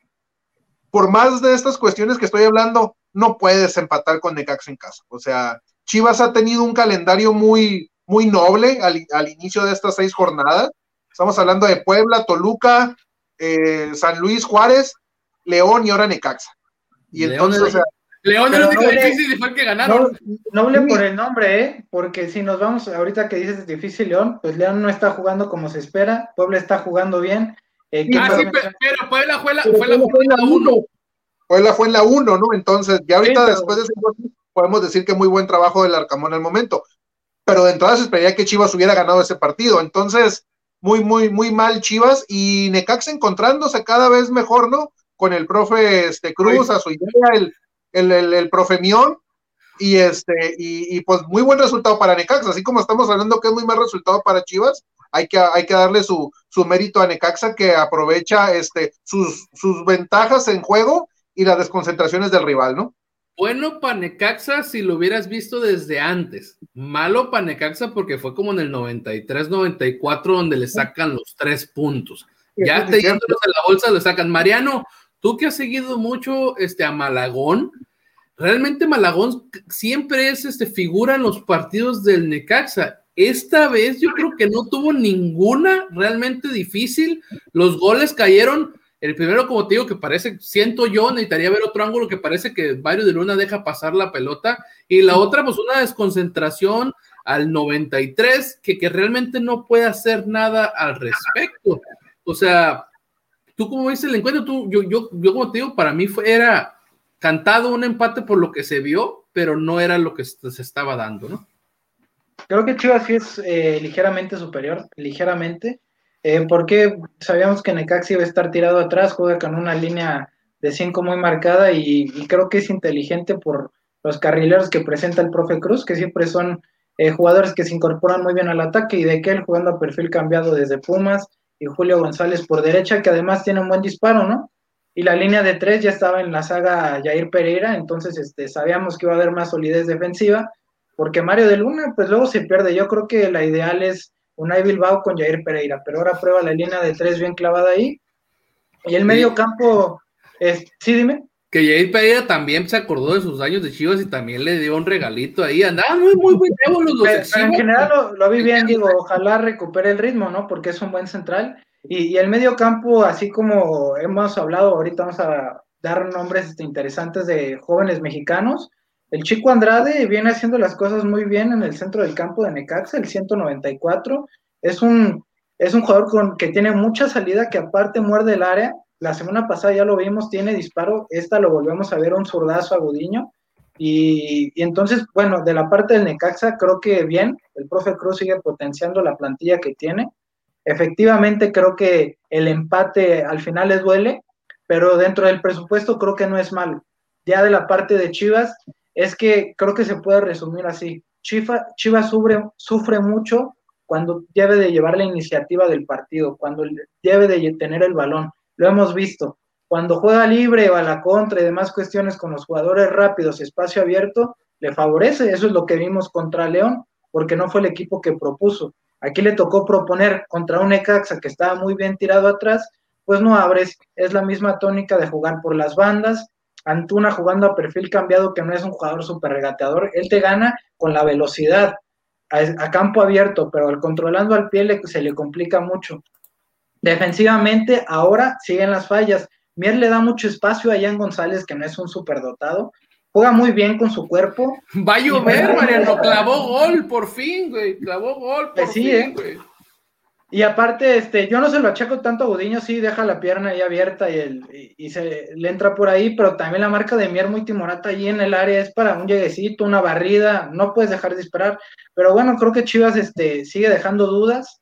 por más de estas cuestiones que estoy hablando, no puedes empatar con Necaxa en casa. O sea, Chivas ha tenido un calendario muy, muy noble al, al inicio de estas seis jornadas. Estamos hablando de Puebla, Toluca, eh, San Luis, Juárez, León y ahora Necaxa. Y León entonces, es, o sea, León es no difícil y fue el que ganaron. No, noble por el nombre, ¿eh? Porque si nos vamos, ahorita que dices difícil León, pues León no está jugando como se espera, Puebla está jugando bien. Eh, ah, sí, pero, pero Puebla fue la, fue la Puebla uno. Puebla fue en la uno, ¿no? Entonces, ya ahorita sí, pero... después de ese podemos decir que muy buen trabajo del Arcamón al momento. Pero de entrada se esperaría que Chivas hubiera ganado ese partido. Entonces, muy, muy, muy mal Chivas y Necaxa encontrándose cada vez mejor, ¿no? Con el profe este, Cruz, a su idea, el El, el, el profe Mión, y este, y, y pues muy buen resultado para Necaxa, así como estamos hablando que es muy mal resultado para Chivas, hay que, hay que darle su, su mérito a Necaxa, que aprovecha este, sus, sus ventajas en juego y las desconcentraciones del rival, ¿no? Bueno para Necaxa si lo hubieras visto desde antes, malo para Necaxa porque fue como en el noventa y tres noventa y cuatro donde le sacan los tres puntos, sí, ya teniéndolos en la bolsa le sacan. Mariano, tú que has seguido mucho este, a Malagón, realmente Malagón siempre es este, figura en los partidos del Necaxa. Esta vez yo creo que no tuvo ninguna realmente difícil. Los goles cayeron El primero, como te digo, que parece, siento yo, necesitaría ver otro ángulo que parece que Mario de Luna deja pasar la pelota, y la otra, pues una desconcentración al noventa y tres, que, que realmente no puede hacer nada al respecto. O sea, tú como viste el encuentro, tú, yo, yo, yo como te digo, para mí fue, era cantado un empate por lo que se vio, pero no era lo que se estaba dando, ¿no? Creo que Chivas sí es eh, ligeramente superior, ligeramente, eh, porque sabíamos que Necaxa iba a estar tirado atrás, juega con una línea de cinco muy marcada y, y creo que es inteligente por los carrileros que presenta el profe Cruz, que siempre son eh, jugadores que se incorporan muy bien al ataque, y de que él jugando a perfil cambiado desde Pumas, y Julio González por derecha, que además tiene un buen disparo, ¿no? Y la línea de tres ya estaba en la saga Jair Pereira, entonces este, sabíamos que iba a haber más solidez defensiva, porque Mario de Luna, pues luego se pierde. Yo creo que la ideal es Unai Bilbao con Jair Pereira, pero ahora prueba la línea de tres bien clavada ahí. Y el medio campo, es, sí, dime. Que Jair Pereira también se acordó de sus años de Chivas y también le dio un regalito ahí. Andaba muy, muy, muy nuevo los dos. Pero, pero en general lo, lo vi bien, digo, ojalá recupere el ritmo, ¿no? Porque es un buen central. Y, y el medio campo, así como hemos hablado, ahorita vamos a dar nombres este, interesantes de jóvenes mexicanos. El Chico Andrade viene haciendo las cosas muy bien en el centro del campo de Necaxa, el ciento noventa y cuatro. Es un, es un jugador con, que tiene mucha salida, que aparte muerde el área. La semana pasada ya lo vimos, tiene disparo. Esta lo volvemos a ver, un zurdazo agudiño. Y, y entonces, bueno, de la parte del Necaxa, creo que bien. El profe Cruz sigue potenciando la plantilla que tiene. Efectivamente, creo que el empate al final les duele, pero dentro del presupuesto creo que no es malo. Ya de la parte de Chivas, es que creo que se puede resumir así. Chivas, Chivas sufre, sufre mucho cuando debe de llevar la iniciativa del partido, cuando debe de tener el balón. Lo hemos visto. Cuando juega libre o a la contra y demás cuestiones con los jugadores rápidos, espacio abierto, le favorece. Eso es lo que vimos contra León, porque no fue el equipo que propuso. Aquí le tocó proponer contra un Necaxa que estaba muy bien tirado atrás, pues no abres. Es la misma tónica de jugar por las bandas. Antuna jugando a perfil cambiado, que no es un jugador súper regateador, él te gana con la velocidad, a, a campo abierto, pero al controlando al pie le, se le complica mucho. Defensivamente, ahora siguen las fallas. Mier le da mucho espacio a Ian González, que no es un superdotado, juega muy bien con su cuerpo. Va a llover, Mariano, clavó gol, por fin, güey, clavó gol, por pues sí, fin, ¿eh? güey. Y aparte, este, yo no se lo achaco tanto a Gudiño, sí deja la pierna ahí abierta y, el, y, y se le entra por ahí, pero también la marca de Mier muy timorata ahí en el área es para un lleguecito, una barrida, no puedes dejar de disparar. Pero bueno, creo que Chivas este, sigue dejando dudas,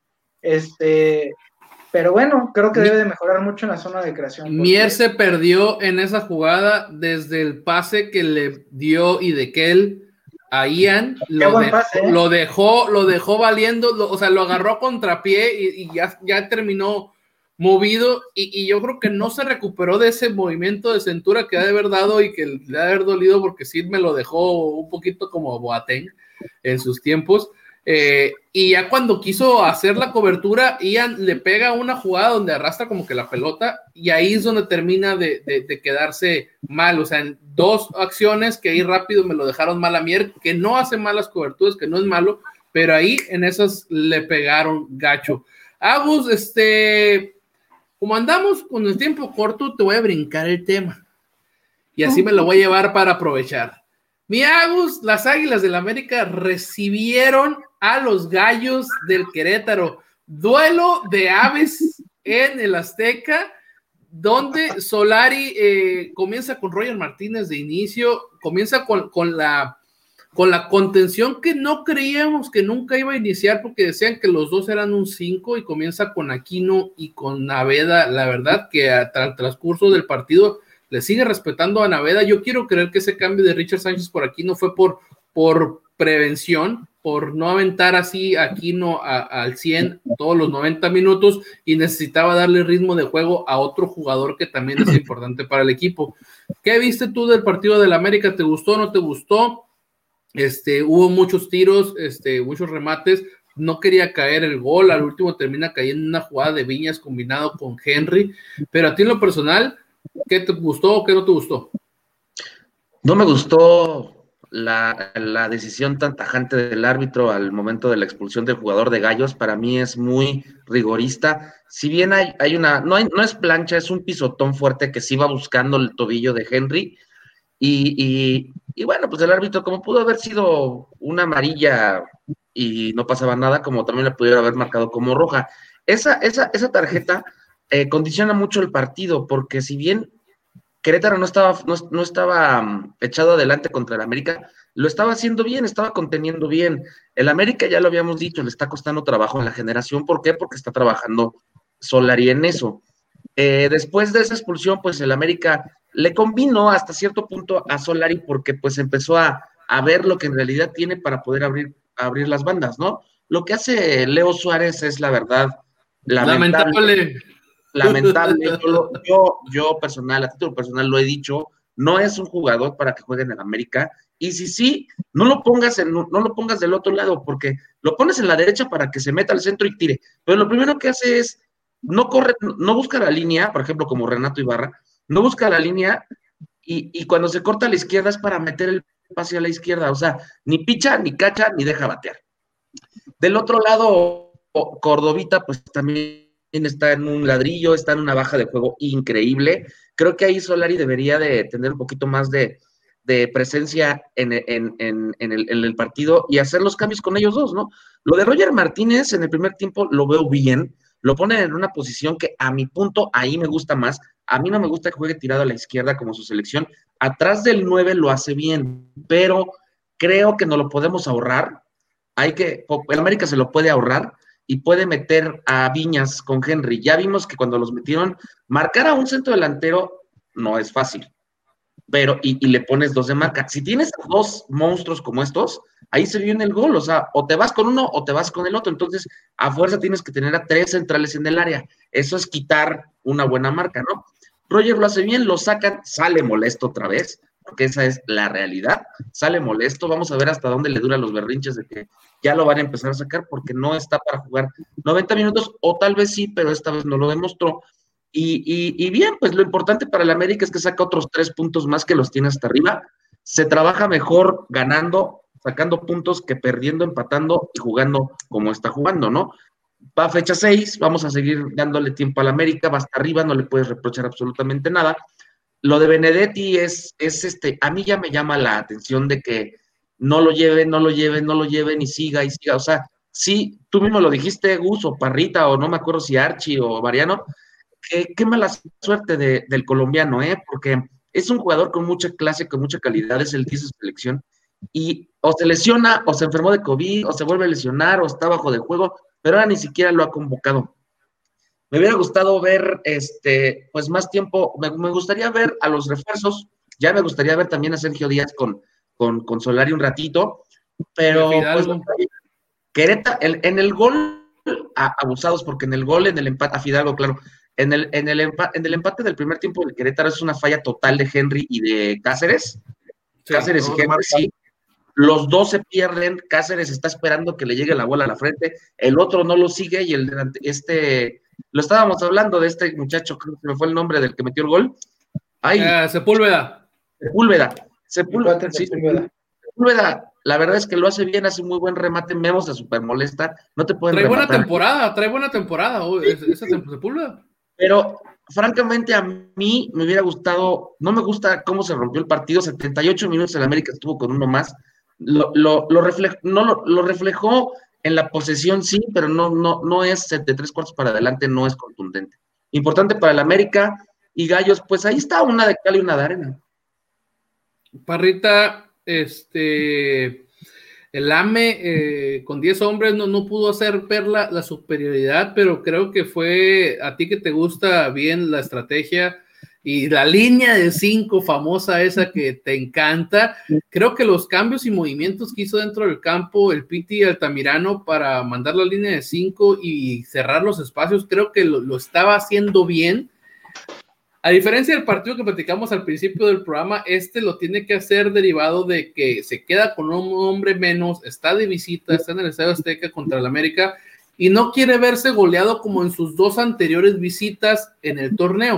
este, pero bueno, creo que debe de mejorar mucho en la zona de creación. Porque... Mier se perdió en esa jugada desde el pase que le dio Idequel a Ian, lo, de, pase, ¿eh? lo dejó, lo dejó valiendo, lo, o sea, lo agarró a contrapié y, y ya, ya terminó movido, y, y yo creo que no se recuperó de ese movimiento de cintura que ha de haber dado y que le ha de haber dolido, porque sí me lo dejó un poquito como Boateng en sus tiempos. Eh, y ya cuando quiso hacer la cobertura, Ian le pega una jugada donde arrastra como que la pelota, y ahí es donde termina de, de, de quedarse mal. O sea, en dos acciones que ahí rápido me lo dejaron mal a Mier, que no hace malas coberturas, que no es malo, pero ahí en esas le pegaron gacho. Agus, este, como andamos con el tiempo corto, te voy a brincar el tema y así me lo voy a llevar para aprovechar. Mi Agus, las Águilas del América recibieron a los Gallos del Querétaro. Duelo de aves en el Azteca, donde Solari eh, comienza con Roger Martínez de inicio, comienza con, con, la, con la contención que no creíamos que nunca iba a iniciar, porque decían que los dos eran un cinco, y comienza con Aquino y con Naveda. La verdad que al transcurso del partido le sigue respetando a Naveda. Yo quiero creer que ese cambio de Richard Sánchez por Aquino fue por, por prevención, por no aventar así Aquino a, al cien todos los noventa minutos, y necesitaba darle ritmo de juego a otro jugador que también es importante para el equipo. ¿Qué viste tú del partido del América? ¿Te gustó o no te gustó? Este, hubo muchos tiros, este, muchos remates, no quería caer el gol, al último termina cayendo en una jugada de Viñas combinado con Henry, pero a ti en lo personal, ¿qué te gustó o qué no te gustó? No me gustó la, la decisión tan tajante del árbitro al momento de la expulsión del jugador de Gallos, para mí es muy rigorista. Si bien hay, hay una, no, hay, no es plancha, es un pisotón fuerte que sí va buscando el tobillo de Henry, y, y, y bueno, pues el árbitro, como pudo haber sido una amarilla y no pasaba nada, como también le pudiera haber marcado como roja. Esa, esa, esa tarjeta eh, condiciona mucho el partido, porque si bien Querétaro no estaba, no, no estaba um, echado adelante contra el América, lo estaba haciendo bien, estaba conteniendo bien. El América, ya lo habíamos dicho, le está costando trabajo en la generación. ¿Por qué? Porque está trabajando Solari en eso. Eh, después de esa expulsión, pues el América le combinó hasta cierto punto a Solari, porque pues empezó a, a ver lo que en realidad tiene para poder abrir, abrir las bandas, ¿no? Lo que hace Leo Suárez es, la verdad, lamentable. lamentable. Lamentable, yo, lo, yo, yo personal, a título personal lo he dicho, no es un jugador para que juegue en el América, y si sí, no lo pongas en, no lo pongas del otro lado, porque lo pones en la derecha para que se meta al centro y tire, pero lo primero que hace es, no corre, no busca la línea, por ejemplo, como Renato Ibarra, no busca la línea, y, y cuando se corta a la izquierda es para meter el pase a la izquierda, o sea, ni picha, ni cacha, ni deja batear. Del otro lado, Cordovita, pues también está en un ladrillo, está en una baja de juego increíble. Creo que ahí Solari debería de tener un poquito más de, de presencia en, en, en, en, el, en el partido y hacer los cambios con ellos dos, ¿no? Lo de Roger Martínez en el primer tiempo lo veo bien, lo pone en una posición que a mi punto ahí me gusta más. A mí no me gusta que juegue tirado a la izquierda como su selección. Atrás del nueve lo hace bien, pero creo que no lo podemos ahorrar. Hay que, el América se lo puede ahorrar y puede meter a Viñas con Henry. Ya vimos que cuando los metieron, marcar a un centro delantero no es fácil, pero y, y le pones dos de marca. Si tienes dos monstruos como estos, ahí se viene el gol, o sea, o te vas con uno o te vas con el otro, entonces a fuerza tienes que tener a tres centrales en el área. Eso es quitar una buena marca, ¿no? Roger lo hace bien, lo sacan, sale molesto otra vez, porque esa es la realidad, sale molesto, vamos a ver hasta dónde le duran los berrinches de que ya lo van a empezar a sacar, porque no está para jugar noventa minutos, o tal vez sí, pero esta vez no lo demostró, y, y, y bien, pues lo importante para el América es que saca otros tres puntos más que los tiene hasta arriba, se trabaja mejor ganando, sacando puntos que perdiendo, empatando y jugando como está jugando, ¿no? Va a fecha seis, vamos a seguir dándole tiempo al América, va hasta arriba, no le puedes reprochar absolutamente nada. Lo de Benedetti es, es este, a mí ya me llama la atención de que no lo lleven, no lo lleven, no lo lleven y siga y siga, o sea, sí, tú mismo lo dijiste, Gus o Parrita, o no me acuerdo si Archie o Mariano, qué, qué mala suerte de, del colombiano, ¿eh? Porque es un jugador con mucha clase, con mucha calidad, es el diez de selección, y o se lesiona, o se enfermó de COVID, o se vuelve a lesionar, o está bajo de juego, pero ahora ni siquiera lo ha convocado. Me hubiera gustado ver, este, pues más tiempo, me, me gustaría ver a los refuerzos, ya me gustaría ver también a Sergio Díaz con, con, con Solari un ratito, pero pues, Querétaro, en, en el gol, a, abusados, porque en el gol, en el empate, a Fidalgo, claro, en el, en, el empate, en el empate del primer tiempo del Querétaro es una falla total de Henry y de Cáceres, sí, Cáceres y Henry, sí. Los dos se pierden, Cáceres está esperando que le llegue la bola a la frente, el otro no lo sigue y el este, lo estábamos hablando de este muchacho, creo que me fue el nombre del que metió el gol. Ay, eh, Sepúlveda. Sepúlveda. Sepúlveda. Sí, Sepúlveda. Sepúlveda. La verdad es que lo hace bien, hace muy buen remate, Memo se super molesta, no te pueden Trae rematar. buena temporada, trae buena temporada, oh, esa, esa Sepúlveda. Pero, francamente, a mí me hubiera gustado, no me gusta cómo se rompió el partido, setenta y ocho minutos el América estuvo con uno más, Lo, lo, lo, reflejó, no, lo, lo reflejó en la posesión, sí, pero no, no, no es de tres cuartos para adelante, no es contundente. Importante para el América y Gallos, pues ahí está una de cal y una de arena. Parrita, este, el A M E eh, con diez hombres no, no pudo hacer ver la, la superioridad, pero creo que fue a ti que te gusta bien la estrategia y la línea de cinco famosa esa que te encanta. Creo que los cambios y movimientos que hizo dentro del campo el Piti Altamirano para mandar la línea de cinco y cerrar los espacios, creo que lo, lo estaba haciendo bien. A diferencia del partido que platicamos al principio del programa, este lo tiene que hacer derivado de que se queda con un hombre menos, está de visita, está en el Estadio Azteca contra el América y no quiere verse goleado como en sus dos anteriores visitas en el torneo.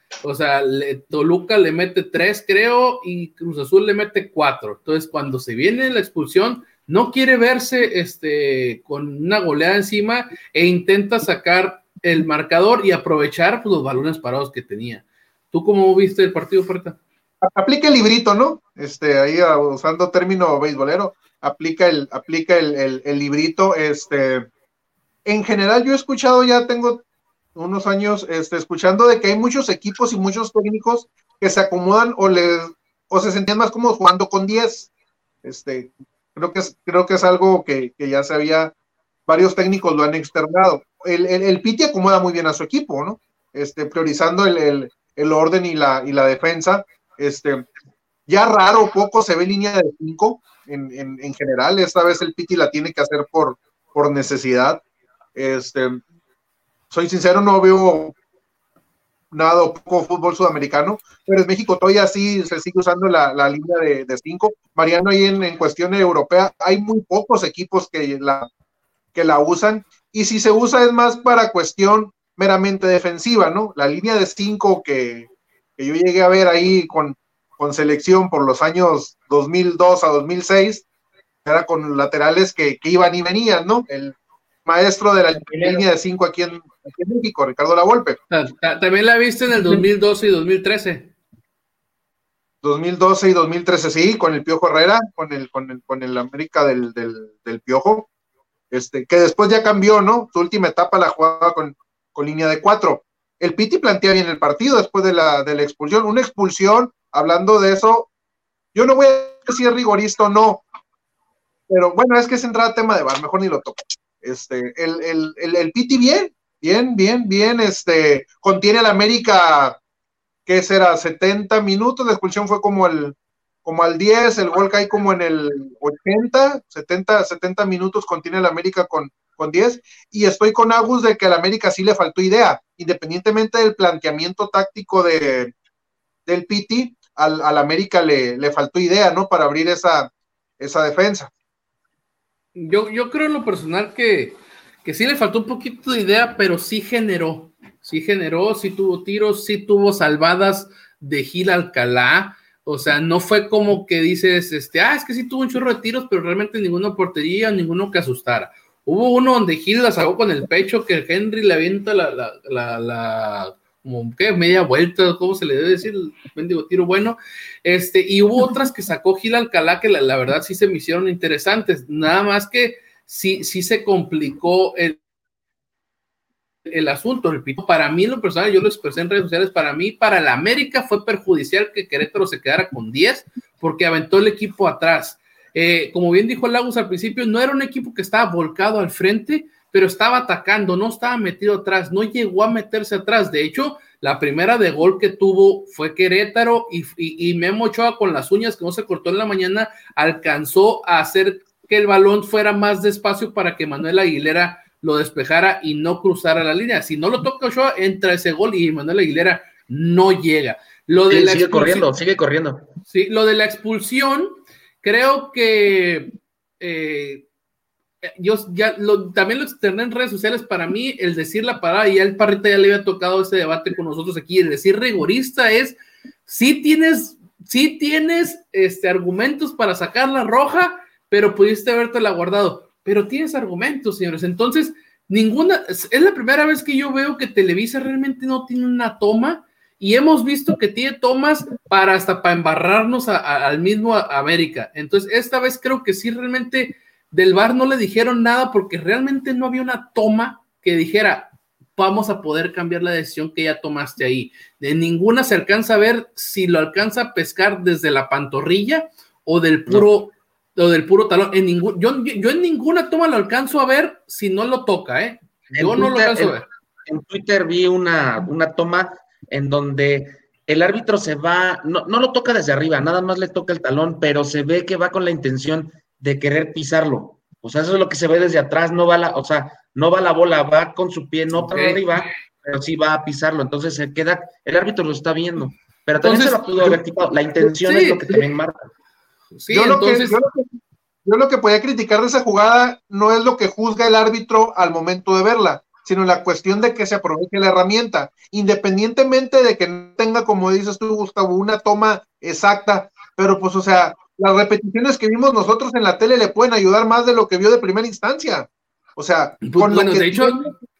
O sea, le, Toluca le mete tres, creo, y Cruz Azul le mete cuatro. Entonces, cuando se viene la expulsión, no quiere verse este, con una goleada encima e intenta sacar el marcador y aprovechar pues, los balones parados que tenía. ¿Tú cómo viste el partido, Puerta? Aplica el librito, ¿no? Este, ahí usando término beisbolero, aplica el, aplica el, el, el librito. Este, en general, yo he escuchado, ya tengo unos años este, escuchando de que hay muchos equipos y muchos técnicos que se acomodan o les o se sentían más cómodos jugando con diez. Este, creo que es, creo que es algo que, que ya se había, varios técnicos lo han externado. El, el, el Piti acomoda muy bien a su equipo, ¿no? Este, priorizando el, el, el orden y la, y la defensa. Este, ya raro, poco se ve línea de cinco en, en, en general. Esta vez el Piti la tiene que hacer por, por necesidad. Este, soy sincero, no veo nada o poco fútbol sudamericano, pero en México todavía sí se sigue usando la, la línea de, de cinco. Mariano, ahí en, en cuestión europea hay muy pocos equipos que la, que la usan, y si se usa es más para cuestión meramente defensiva, ¿no? La línea de cinco que que yo llegué a ver ahí con, con selección por los años dos mil dos a dos mil seis, era con laterales que, que iban y venían, ¿no? El maestro de la línea de cinco aquí en, aquí en México, Ricardo Lavolpe. También la viste en el dos mil doce y dos mil trece. dos mil doce y dos mil trece, sí, con el Piojo Herrera, con el, con el, con el América del, del, del Piojo, este, que después ya cambió, ¿no? Su última etapa la jugaba con, con línea de cuatro. El Piti plantea bien el partido después de la, de la expulsión. Una expulsión, hablando de eso, yo no voy a decir si es rigorista o no, pero bueno, es que es entrar a tema de V A R, mejor ni lo toco. Este, el, el, el, el Piti bien, bien, bien, bien, este, contiene al América, ¿qué será? setenta minutos, la expulsión fue como el, como al diez, el gol cae como en el ochenta, setenta, setenta minutos contiene el América con con diez, y estoy con Agus de que al América sí le faltó idea, independientemente del planteamiento táctico de, del Piti, al, al América le, le faltó idea, ¿no? Para abrir esa, esa defensa. Yo, yo creo en lo personal que, que sí le faltó un poquito de idea, pero sí generó, sí generó, sí tuvo tiros, sí tuvo salvadas de Gil Alcalá. O sea, no fue como que dices, este, ah, es que sí tuvo un chorro de tiros, pero realmente ninguna portería, ninguno que asustara. Hubo uno donde Gil la sacó con el pecho, que Henry le avienta la, la, la, la como, ¿qué? Media vuelta, ¿cómo se le debe decir? El mendigo tiro bueno. Este, y hubo otras que sacó Gil Alcalá, que la, la verdad sí se me hicieron interesantes, nada más que sí, sí se complicó el, el asunto. Repito, para mí, lo personal, yo lo expresé en redes sociales, para mí, para el América fue perjudicial que Querétaro se quedara con diez, porque aventó el equipo atrás. Eh, como bien dijo Lagos al principio, no era un equipo que estaba volcado al frente, pero estaba atacando, no estaba metido atrás, no llegó a meterse atrás. De hecho, la primera de gol que tuvo fue Querétaro, y, y, y Memo Ochoa, con las uñas que no se cortó en la mañana, alcanzó a hacer que el balón fuera más despacio para que Manuel Aguilera lo despejara y no cruzara la línea. Si no lo toca Ochoa, entra ese gol y Manuel Aguilera no llega. Lo de sí, la sigue corriendo, sigue corriendo. Sí, lo de la expulsión, creo que eh, yo ya lo, también lo externé en redes sociales. Para mí, el decir la parada, y ya el Parrita ya le había tocado ese debate con nosotros aquí, el decir rigorista es, sí tienes, sí tienes este, argumentos para sacar la roja, pero pudiste habértela guardado, pero tienes argumentos, señores. Entonces, ninguna, es la primera vez que yo veo que Televisa realmente no tiene una toma, y hemos visto que tiene tomas para hasta para embarrarnos a, a, al mismo América. Entonces, esta vez creo que sí, realmente del V A R no le dijeron nada, porque realmente no había una toma que dijera, vamos a poder cambiar la decisión que ya tomaste ahí. De ninguna se alcanza a ver si lo alcanza a pescar desde la pantorrilla o del puro, no. o del puro talón. En ningún, yo, yo en ninguna toma lo alcanzo a ver si no lo toca, ¿eh? Yo en no Twitter, lo alcanzo en, a ver. En Twitter vi una, una toma en donde el árbitro se va, no, no lo toca desde arriba, nada más le toca el talón, pero se ve que va con la intención de querer pisarlo. O sea, eso es lo que se ve desde atrás, no va la, o sea, no va la bola, va con su pie, no para okay. arriba, pero sí va a pisarlo. Entonces se queda, el árbitro lo está viendo, pero también entonces, se lo pudo haber quitado. La intención sí, es lo que también marca. Sí, yo, entonces... lo que, yo, lo que, yo lo que podía criticar de esa jugada no es lo que juzga el árbitro al momento de verla, sino la cuestión de que se aproveche la herramienta, independientemente de que no tenga, como dices tú, Gustavo, una toma exacta, pero pues, o sea, las repeticiones que vimos nosotros en la tele le pueden ayudar más de lo que vio de primera instancia. O sea, Pues, con bueno, lo que, de hecho,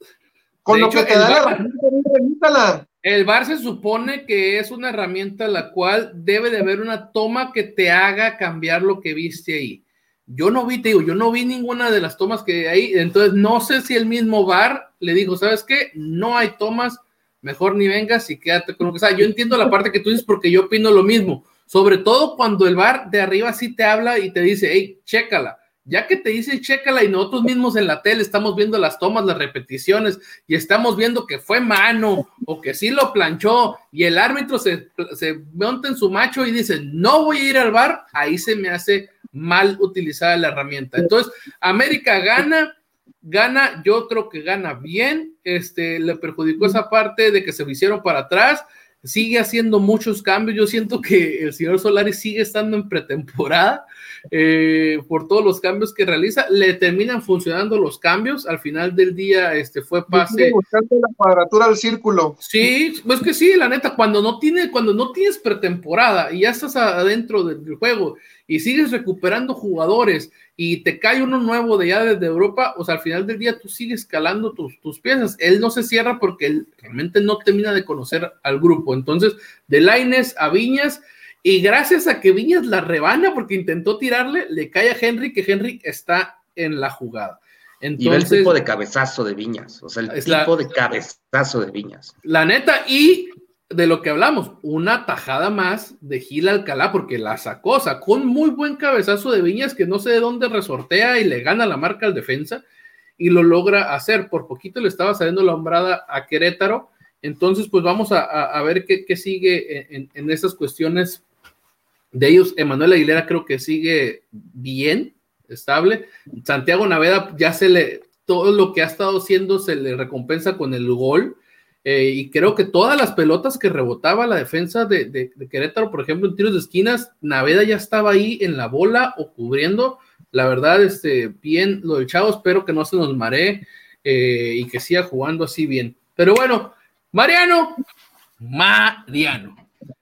con de lo hecho, que te el da la V A R herramienta, remítala. El V A R se supone que es una herramienta la cual debe de haber una toma que te haga cambiar lo que viste ahí. Yo no vi, te digo, yo no vi ninguna de las tomas que hay, entonces no sé si el mismo V A R le dijo, ¿sabes qué? No hay tomas, mejor ni vengas y quédate con lo que sea. Yo entiendo la parte que tú dices porque yo opino lo mismo, sobre todo cuando el V A R de arriba sí te habla y te dice, hey, chécala. Ya que te dice chécala y nosotros mismos en la tele estamos viendo las tomas, las repeticiones y estamos viendo que fue mano o que sí lo planchó y el árbitro se, se monta en su macho y dice no voy a ir al V A R, ahí se me hace mal utilizada la herramienta. Entonces, América gana, gana, yo creo que gana bien, este, le perjudicó esa parte de que se hicieron para atrás, sigue haciendo muchos cambios, yo siento que el señor Solari sigue estando en pretemporada, eh, por todos los cambios que realiza, le terminan funcionando los cambios, al final del día este fue pase. Buscando la cuadratura del círculo. Sí, pues que sí, la neta, cuando no tiene, cuando no tienes pretemporada y ya estás adentro del juego y sigues recuperando jugadores y te cae uno nuevo de allá desde Europa, o sea, al final del día tú sigues calando tus, tus piezas, él no se cierra porque él realmente no termina de conocer al grupo, entonces, de Lainez a Viñas, y gracias a que Viñas la rebana porque intentó tirarle, le cae a Henry, que Henry está en la jugada. Entonces, y ve el tipo de cabezazo de Viñas, o sea, el tipo la, de cabezazo de Viñas. La neta, y de lo que hablamos, una tajada más de Gil Alcalá, porque la sacó, sacó un muy buen cabezazo de Viñas que no sé de dónde resortea y le gana la marca al defensa y lo logra hacer. Por poquito le estaba saliendo la hombrada a Querétaro. Entonces, pues vamos a, a, a ver qué, qué sigue en, en esas cuestiones de ellos. Emanuel Aguilera creo que sigue bien, estable. Santiago Naveda ya se le, todo lo que ha estado haciendo se le recompensa con el gol, eh, y creo que todas las pelotas que rebotaba la defensa de, de, de Querétaro, por ejemplo en tiros de esquinas, Naveda ya estaba ahí en la bola o cubriendo. La verdad, este, bien lo del Chavo, espero que no se nos maree, eh, y que siga jugando así bien. Pero bueno, Mariano, Mariano,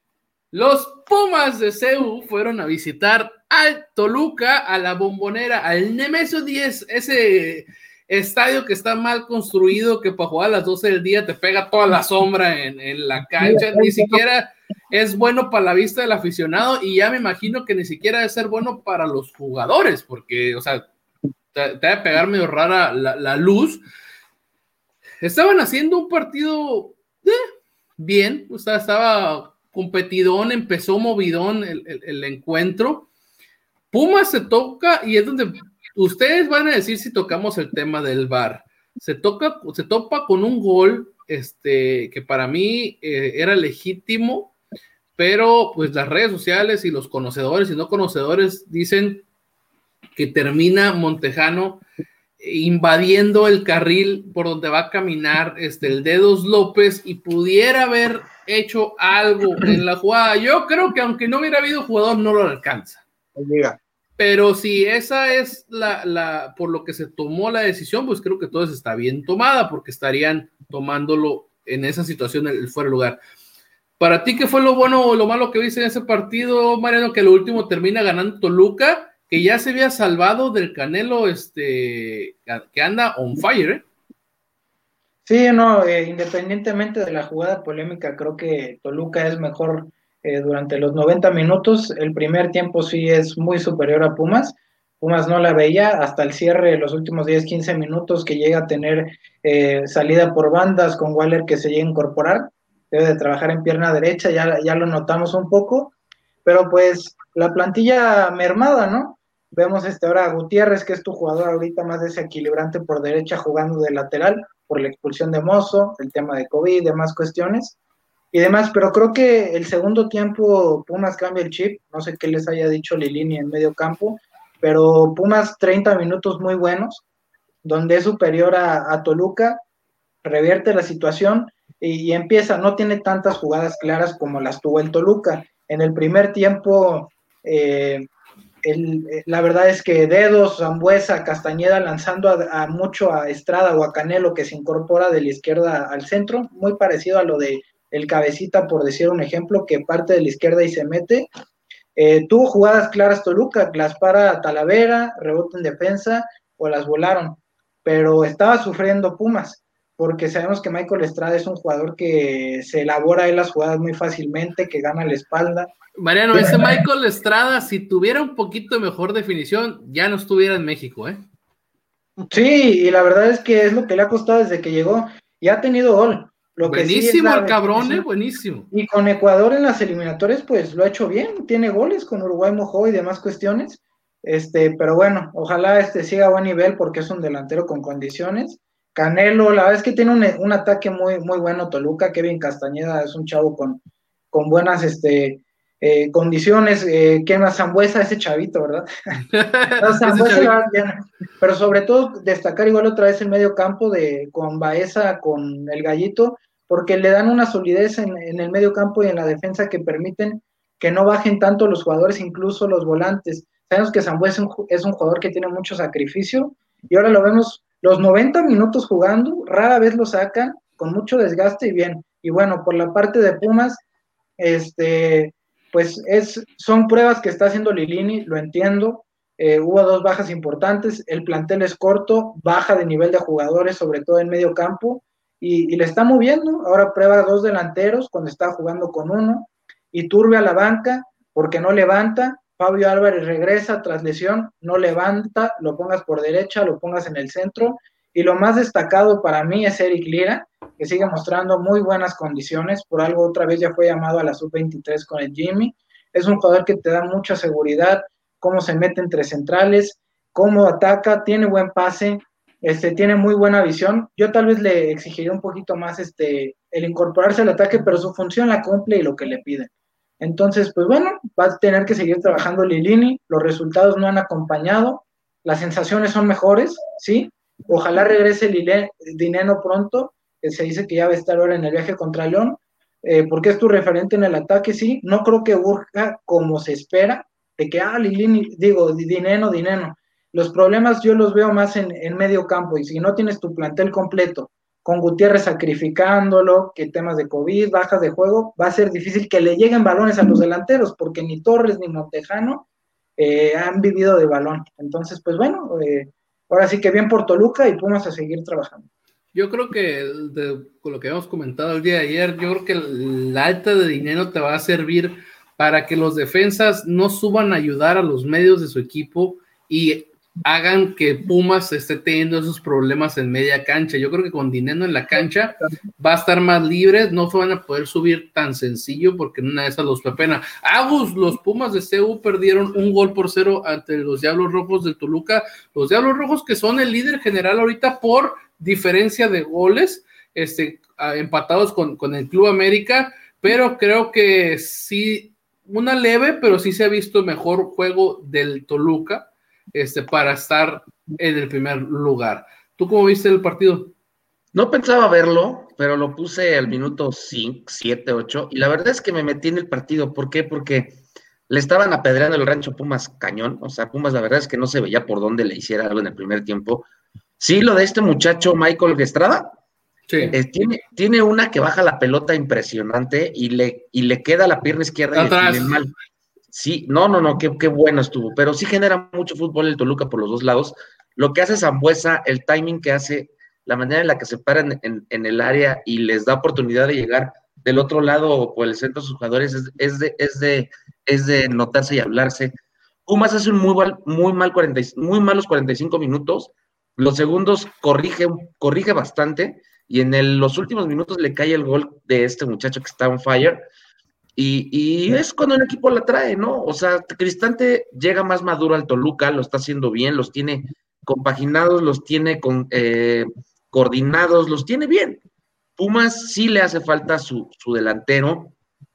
los Pumas de C U fueron a visitar al Toluca, a la Bombonera, al Nemesio diez, ese estadio que está mal construido, que para jugar a las doce del día te pega toda la sombra en, en la cancha, ni siquiera es bueno para la vista del aficionado, y ya me imagino que ni siquiera debe ser bueno para los jugadores, porque, o sea, te, te va a pegar medio rara la, la luz. Estaban haciendo un partido eh, bien, o sea, estaba competidón, empezó movidón el, el, el encuentro. Pumas se toca, y es donde ustedes van a decir si tocamos el tema del V A R. Se toca, se topa con un gol este, que para mí eh, era legítimo, pero pues las redes sociales y los conocedores y no conocedores dicen que termina Montejano invadiendo el carril por donde va a caminar este, el Dedos López, y pudiera haber hecho algo en la jugada. Yo creo que aunque no hubiera habido jugador, no lo alcanza. Llega. Pero si esa es la, la, por lo que se tomó la decisión, pues creo que todo eso está bien tomada, porque estarían tomándolo en esa situación el fuera de lugar. Para ti, ¿qué fue lo bueno o lo malo que viste en ese partido, Mariano? Que lo último termina ganando Toluca, que ya se había salvado del Canelo, este, que anda on fire, ¿eh? Sí, no, eh, independientemente de la jugada polémica, creo que Toluca es mejor eh, durante los noventa minutos. El primer tiempo sí es muy superior a Pumas. Pumas no la veía hasta el cierre, los últimos diez, quince minutos, que llega a tener eh, salida por bandas con Waller, que se llega a incorporar, debe de trabajar en pierna derecha, ya, ya lo notamos un poco, pero pues la plantilla mermada, ¿no? Vemos este ahora a Gutiérrez, que es tu jugador ahorita más desequilibrante por derecha, jugando de lateral, por la expulsión de Mozo, el tema de COVID, demás cuestiones y demás, pero creo que el segundo tiempo Pumas cambia el chip, no sé qué les haya dicho Lilini en medio campo, pero Pumas treinta minutos muy buenos, donde es superior a, a Toluca, revierte la situación y, y empieza, no tiene tantas jugadas claras como las tuvo el Toluca. En el primer tiempo, eh, el, la verdad es que Dedos, Zambuesa, Castañeda lanzando a, a mucho a Estrada o a Canelo, que se incorpora de la izquierda al centro, muy parecido a lo de el Cabecita, por decir un ejemplo, que parte de la izquierda y se mete. Eh, tuvo jugadas claras Toluca, las para a Talavera, rebote en defensa o las volaron, pero estaba sufriendo Pumas, porque sabemos que Michael Estrada es un jugador que se elabora él las jugadas muy fácilmente, que gana la espalda. Mariano, ese Michael Estrada, si tuviera un poquito mejor definición, ya no estuviera en México, ¿eh? Sí, y la verdad es que es lo que le ha costado desde que llegó, y ha tenido gol. Lo buenísimo que sí es la el cabrón, eh, buenísimo. Y con Ecuador en las eliminatorias, pues lo ha hecho bien, tiene goles, con Uruguay mojó y demás cuestiones, este, pero bueno, ojalá este siga a buen nivel porque es un delantero con condiciones. Canelo, la verdad es que tiene un, un ataque muy, muy bueno Toluca. Kevin Castañeda es un chavo con, con buenas este, eh, condiciones. Eh, ¿Qué más? Zambuesa, ese chavito, ¿verdad? No, Zambuesa la bien. Pero sobre todo destacar igual otra vez el medio campo de, con Baeza, con el Gallito, porque le dan una solidez en, en el medio campo y en la defensa que permiten que no bajen tanto los jugadores, incluso los volantes. Sabemos que Zambuesa es un, es un jugador que tiene mucho sacrificio y ahora lo vemos los noventa minutos jugando, rara vez lo sacan, con mucho desgaste y bien. Y bueno, por la parte de Pumas, este, pues es, son pruebas que está haciendo Lilini, lo entiendo. Eh, hubo dos bajas importantes, el plantel es corto, baja de nivel de jugadores, sobre todo en medio campo, y, y le está moviendo. Ahora prueba dos delanteros cuando está jugando con uno, y Turbe a la banca porque no levanta. Fabio Álvarez regresa tras lesión, no levanta, lo pongas por derecha, lo pongas en el centro, y lo más destacado para mí es Eric Lira, que sigue mostrando muy buenas condiciones, por algo otra vez ya fue llamado a la sub veintitrés con el Jimmy. Es un jugador que te da mucha seguridad, cómo se mete entre centrales, cómo ataca, tiene buen pase, este, tiene muy buena visión. Yo tal vez le exigiría un poquito más este, el incorporarse al ataque, pero su función la cumple y lo que le piden. Entonces, pues bueno, va a tener que seguir trabajando Lilini, los resultados no han acompañado, las sensaciones son mejores, ¿sí? Ojalá regrese Lile, Dineno pronto, que se dice que ya va a estar ahora en el viaje contra León, eh, porque es tu referente en el ataque, sí, no creo que urja como se espera, de que, ah, Lilini, digo, Dineno, Dineno, los problemas yo los veo más en, en medio campo, y si no tienes tu plantel completo, con Gutiérrez sacrificándolo, que temas de COVID, bajas de juego, va a ser difícil que le lleguen balones a los delanteros, porque ni Torres ni Montejano eh, han vivido de balón. Entonces, pues bueno, eh, ahora sí que bien por Toluca y Pumas a seguir trabajando. Yo creo que, de, con lo que habíamos comentado el día de ayer, yo creo que la alta de dinero te va a servir para que los defensas no suban a ayudar a los medios de su equipo y hagan que Pumas esté teniendo esos problemas en media cancha. Yo creo que con Dineno en la cancha va a estar más libre, no se van a poder subir tan sencillo porque en una de esas los pepena. Agus, los Pumas de C U perdieron un gol por cero ante los Diablos Rojos del Toluca, los Diablos Rojos que son el líder general ahorita por diferencia de goles, este, empatados con, con el Club América, pero creo que sí, una leve, pero sí se ha visto mejor juego del Toluca, Este, para estar en el primer lugar. ¿Tú cómo viste el partido? No pensaba verlo, pero lo puse al minuto cinco, siete, ocho, y la verdad es que me metí en el partido. ¿Por qué? Porque le estaban apedreando el Rancho Pumas cañón. O sea, Pumas la verdad es que no se veía por dónde le hiciera algo en el primer tiempo. Sí, lo de este muchacho Michael Estrada, sí. eh, tiene, tiene una que baja la pelota impresionante y le, y le queda la pierna izquierda atrás. Y le mal. Sí, no, no, no, qué, qué bueno estuvo, pero sí genera mucho fútbol el Toluca por los dos lados. Lo que hace Zambuesa, el timing que hace, la manera en la que se paran en, en el área y les da oportunidad de llegar del otro lado o por el centro de sus jugadores, es, es, de, es, de, es de notarse y hablarse. Pumas hace un muy mal, muy mal cuarenta, muy malos cuarenta y cinco minutos, los segundos corrige, corrige bastante, y en el, los últimos minutos le cae el gol de este muchacho que está on fire. Y, y es cuando el equipo la trae, ¿no? O sea, Cristante llega más maduro al Toluca, lo está haciendo bien, los tiene compaginados, los tiene con, eh, coordinados, los tiene bien. Pumas sí le hace falta su, su delantero,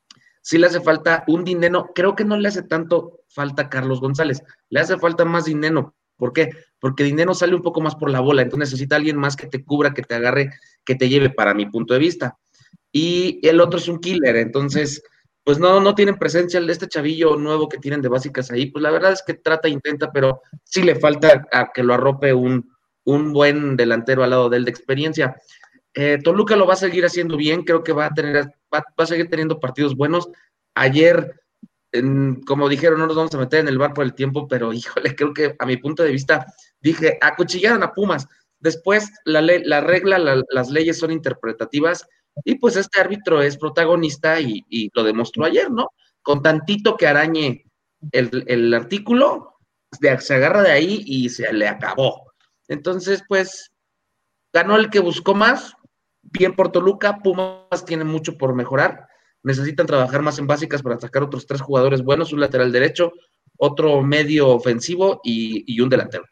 sí le hace falta un Dineno, creo que no le hace tanto falta a Carlos González, le hace falta más Dineno. ¿Por qué? Porque Dineno sale un poco más por la bola, entonces necesita alguien más que te cubra, que te agarre, que te lleve, para mi punto de vista. Y el otro es un killer, entonces pues no, no tienen presencia. Este chavillo nuevo que tienen de básicas ahí, pues la verdad es que trata, intenta, pero sí le falta a que lo arrope un, un buen delantero al lado de él de experiencia. Eh, Toluca lo va a seguir haciendo bien, creo que va a tener, va, va a seguir teniendo partidos buenos. Ayer, en, como dijeron, no nos vamos a meter en el bar por el tiempo, pero híjole, creo que a mi punto de vista, dije, acuchillaron a Pumas. Después, la, ley, la regla, la, las leyes son interpretativas, y pues este árbitro es protagonista y, y lo demostró ayer, ¿no? Con tantito que arañe el, el artículo, se agarra de ahí y se le acabó. Entonces, pues, ganó el que buscó más, bien por Toluca. Pumas tiene mucho por mejorar, necesitan trabajar más en básicas para sacar otros tres jugadores buenos, un lateral derecho, otro medio ofensivo y, y un delantero.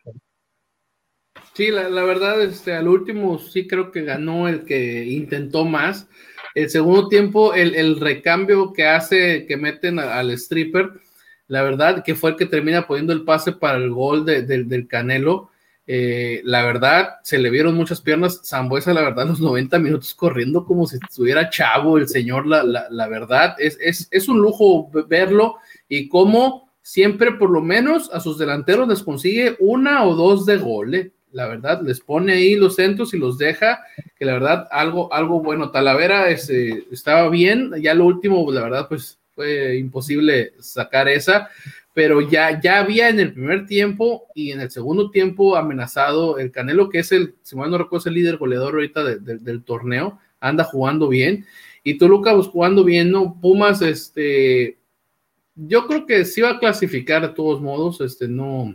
Sí, la, la verdad, este, al último sí creo que ganó el que intentó más. El segundo tiempo, el, el recambio que hace, que meten a, al stripper, la verdad, que fue el que termina poniendo el pase para el gol de, de, del Canelo. Eh, la verdad, se le vieron muchas piernas. Sambuesa, la verdad, los noventa minutos corriendo como si estuviera chavo el señor, la, la, la verdad, es, es, es un lujo verlo y cómo siempre, por lo menos, a sus delanteros les consigue una o dos de gol, ¿eh? La verdad, les pone ahí los centros y los deja, que la verdad, algo, algo bueno. Talavera este, estaba bien, ya lo último, la verdad, pues fue imposible sacar esa, pero ya, ya había en el primer tiempo y en el segundo tiempo amenazado el Canelo, que es el, si mal no recuerdo, es el líder goleador ahorita de, de, del torneo, anda jugando bien, y Toluca pues, jugando bien, ¿no? Pumas, este, yo creo que sí va a clasificar de todos modos, este, no...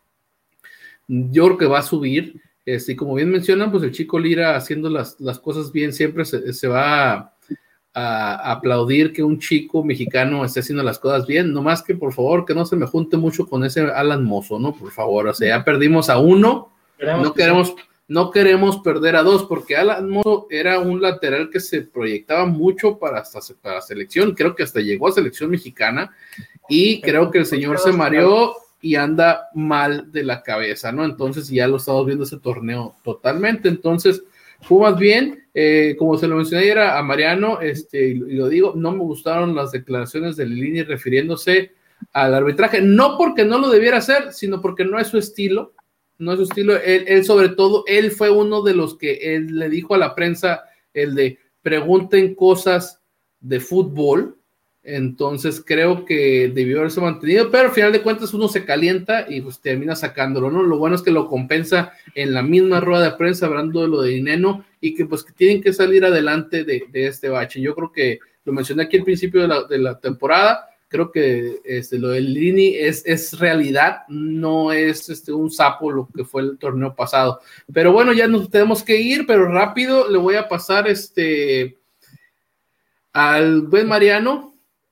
Yo creo que va a subir, este, y como bien mencionan, pues el Chico Lira haciendo las, las cosas bien, siempre se, se va a, a aplaudir que un chico mexicano esté haciendo las cosas bien, nomás que por favor que no se me junte mucho con ese Alan Mozo, ¿no? Por favor, o sea, ya perdimos a uno, no queremos, no queremos perder a dos, porque Alan Mozo era un lateral que se proyectaba mucho para, hasta, para selección, creo que hasta llegó a selección mexicana, y creo que el señor se mareó y anda mal de la cabeza, ¿no? Entonces ya lo estamos viendo ese torneo totalmente. Entonces, Pumas bien, eh, como se lo mencioné ayer a, a Mariano, este, y lo digo, no me gustaron las declaraciones de Lilini refiriéndose al arbitraje, no porque no lo debiera hacer, sino porque no es su estilo, no es su estilo. Él, él sobre todo, él fue uno de los que él le dijo a la prensa el de pregunten cosas de fútbol. Entonces creo que debió haberse mantenido, pero al final de cuentas uno se calienta y pues termina sacándolo, ¿no? Lo bueno es que lo compensa en la misma rueda de prensa hablando de lo de Dineno y que pues que tienen que salir adelante de, de este bache. Yo creo que lo mencioné aquí al principio de la, de la temporada, creo que este, lo del Lini es, es realidad, no es este, un sapo lo que fue el torneo pasado. Pero bueno, ya nos tenemos que ir, pero rápido le voy a pasar este al buen Mariano.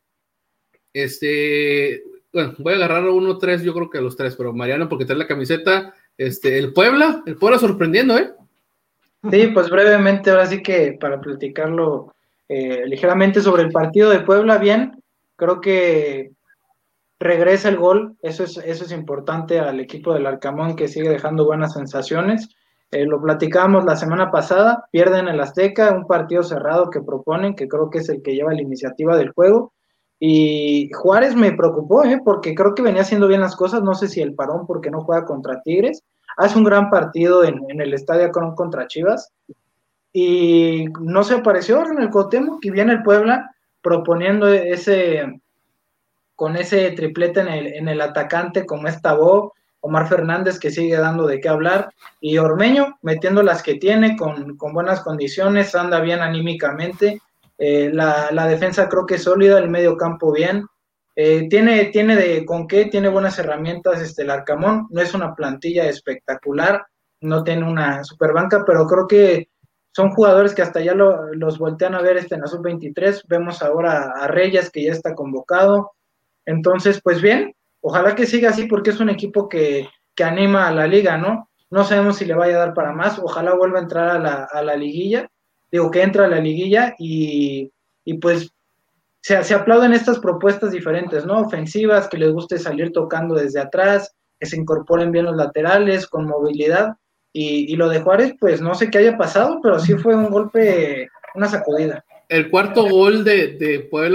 Este, bueno, voy a agarrar a uno, tres, yo creo que a los tres, pero Mariano, porque trae la camiseta, este, el Puebla, el Puebla sorprendiendo, ¿eh? Sí, pues brevemente, ahora sí que para platicarlo eh, ligeramente sobre el partido de Puebla, bien, creo que regresa el gol, eso es, eso es importante al equipo del Arcamón que sigue dejando buenas sensaciones. Eh, lo platicábamos la semana pasada, pierden el Azteca, un partido cerrado que proponen, que creo que es el que lleva la iniciativa del juego. Y Juárez me preocupó, ¿eh? Porque creo que venía haciendo bien las cosas, no sé si el parón porque no juega contra Tigres, hace un gran partido en, en el Estadio Akron contra Chivas, y no se apareció en el Cuauhtémoc, y viene el Puebla proponiendo ese, con ese triplete en el, en el atacante como es Tabó, Omar Fernández que sigue dando de qué hablar, y Ormeño metiendo las que tiene con, con buenas condiciones, anda bien anímicamente. Eh, la, la defensa creo que es sólida, el medio campo bien, eh, tiene, tiene de con qué, tiene buenas herramientas este, el Arcamón, no es una plantilla espectacular, no tiene una super banca, pero creo que son jugadores que hasta ya lo, los voltean a ver este, en la sub veintitrés, vemos ahora a Reyes que ya está convocado, entonces pues bien, ojalá que siga así porque es un equipo que, que anima a la liga, ¿no? No sabemos si le vaya a dar para más, ojalá vuelva a entrar a la, a la liguilla, digo que entra a la liguilla y, y pues se, se aplauden estas propuestas diferentes, ¿no? Ofensivas, que les guste salir tocando desde atrás, que se incorporen bien los laterales, con movilidad, y, y lo de Juárez, pues no sé qué haya pasado, pero sí fue un golpe, una sacudida. El cuarto gol de, de Puebla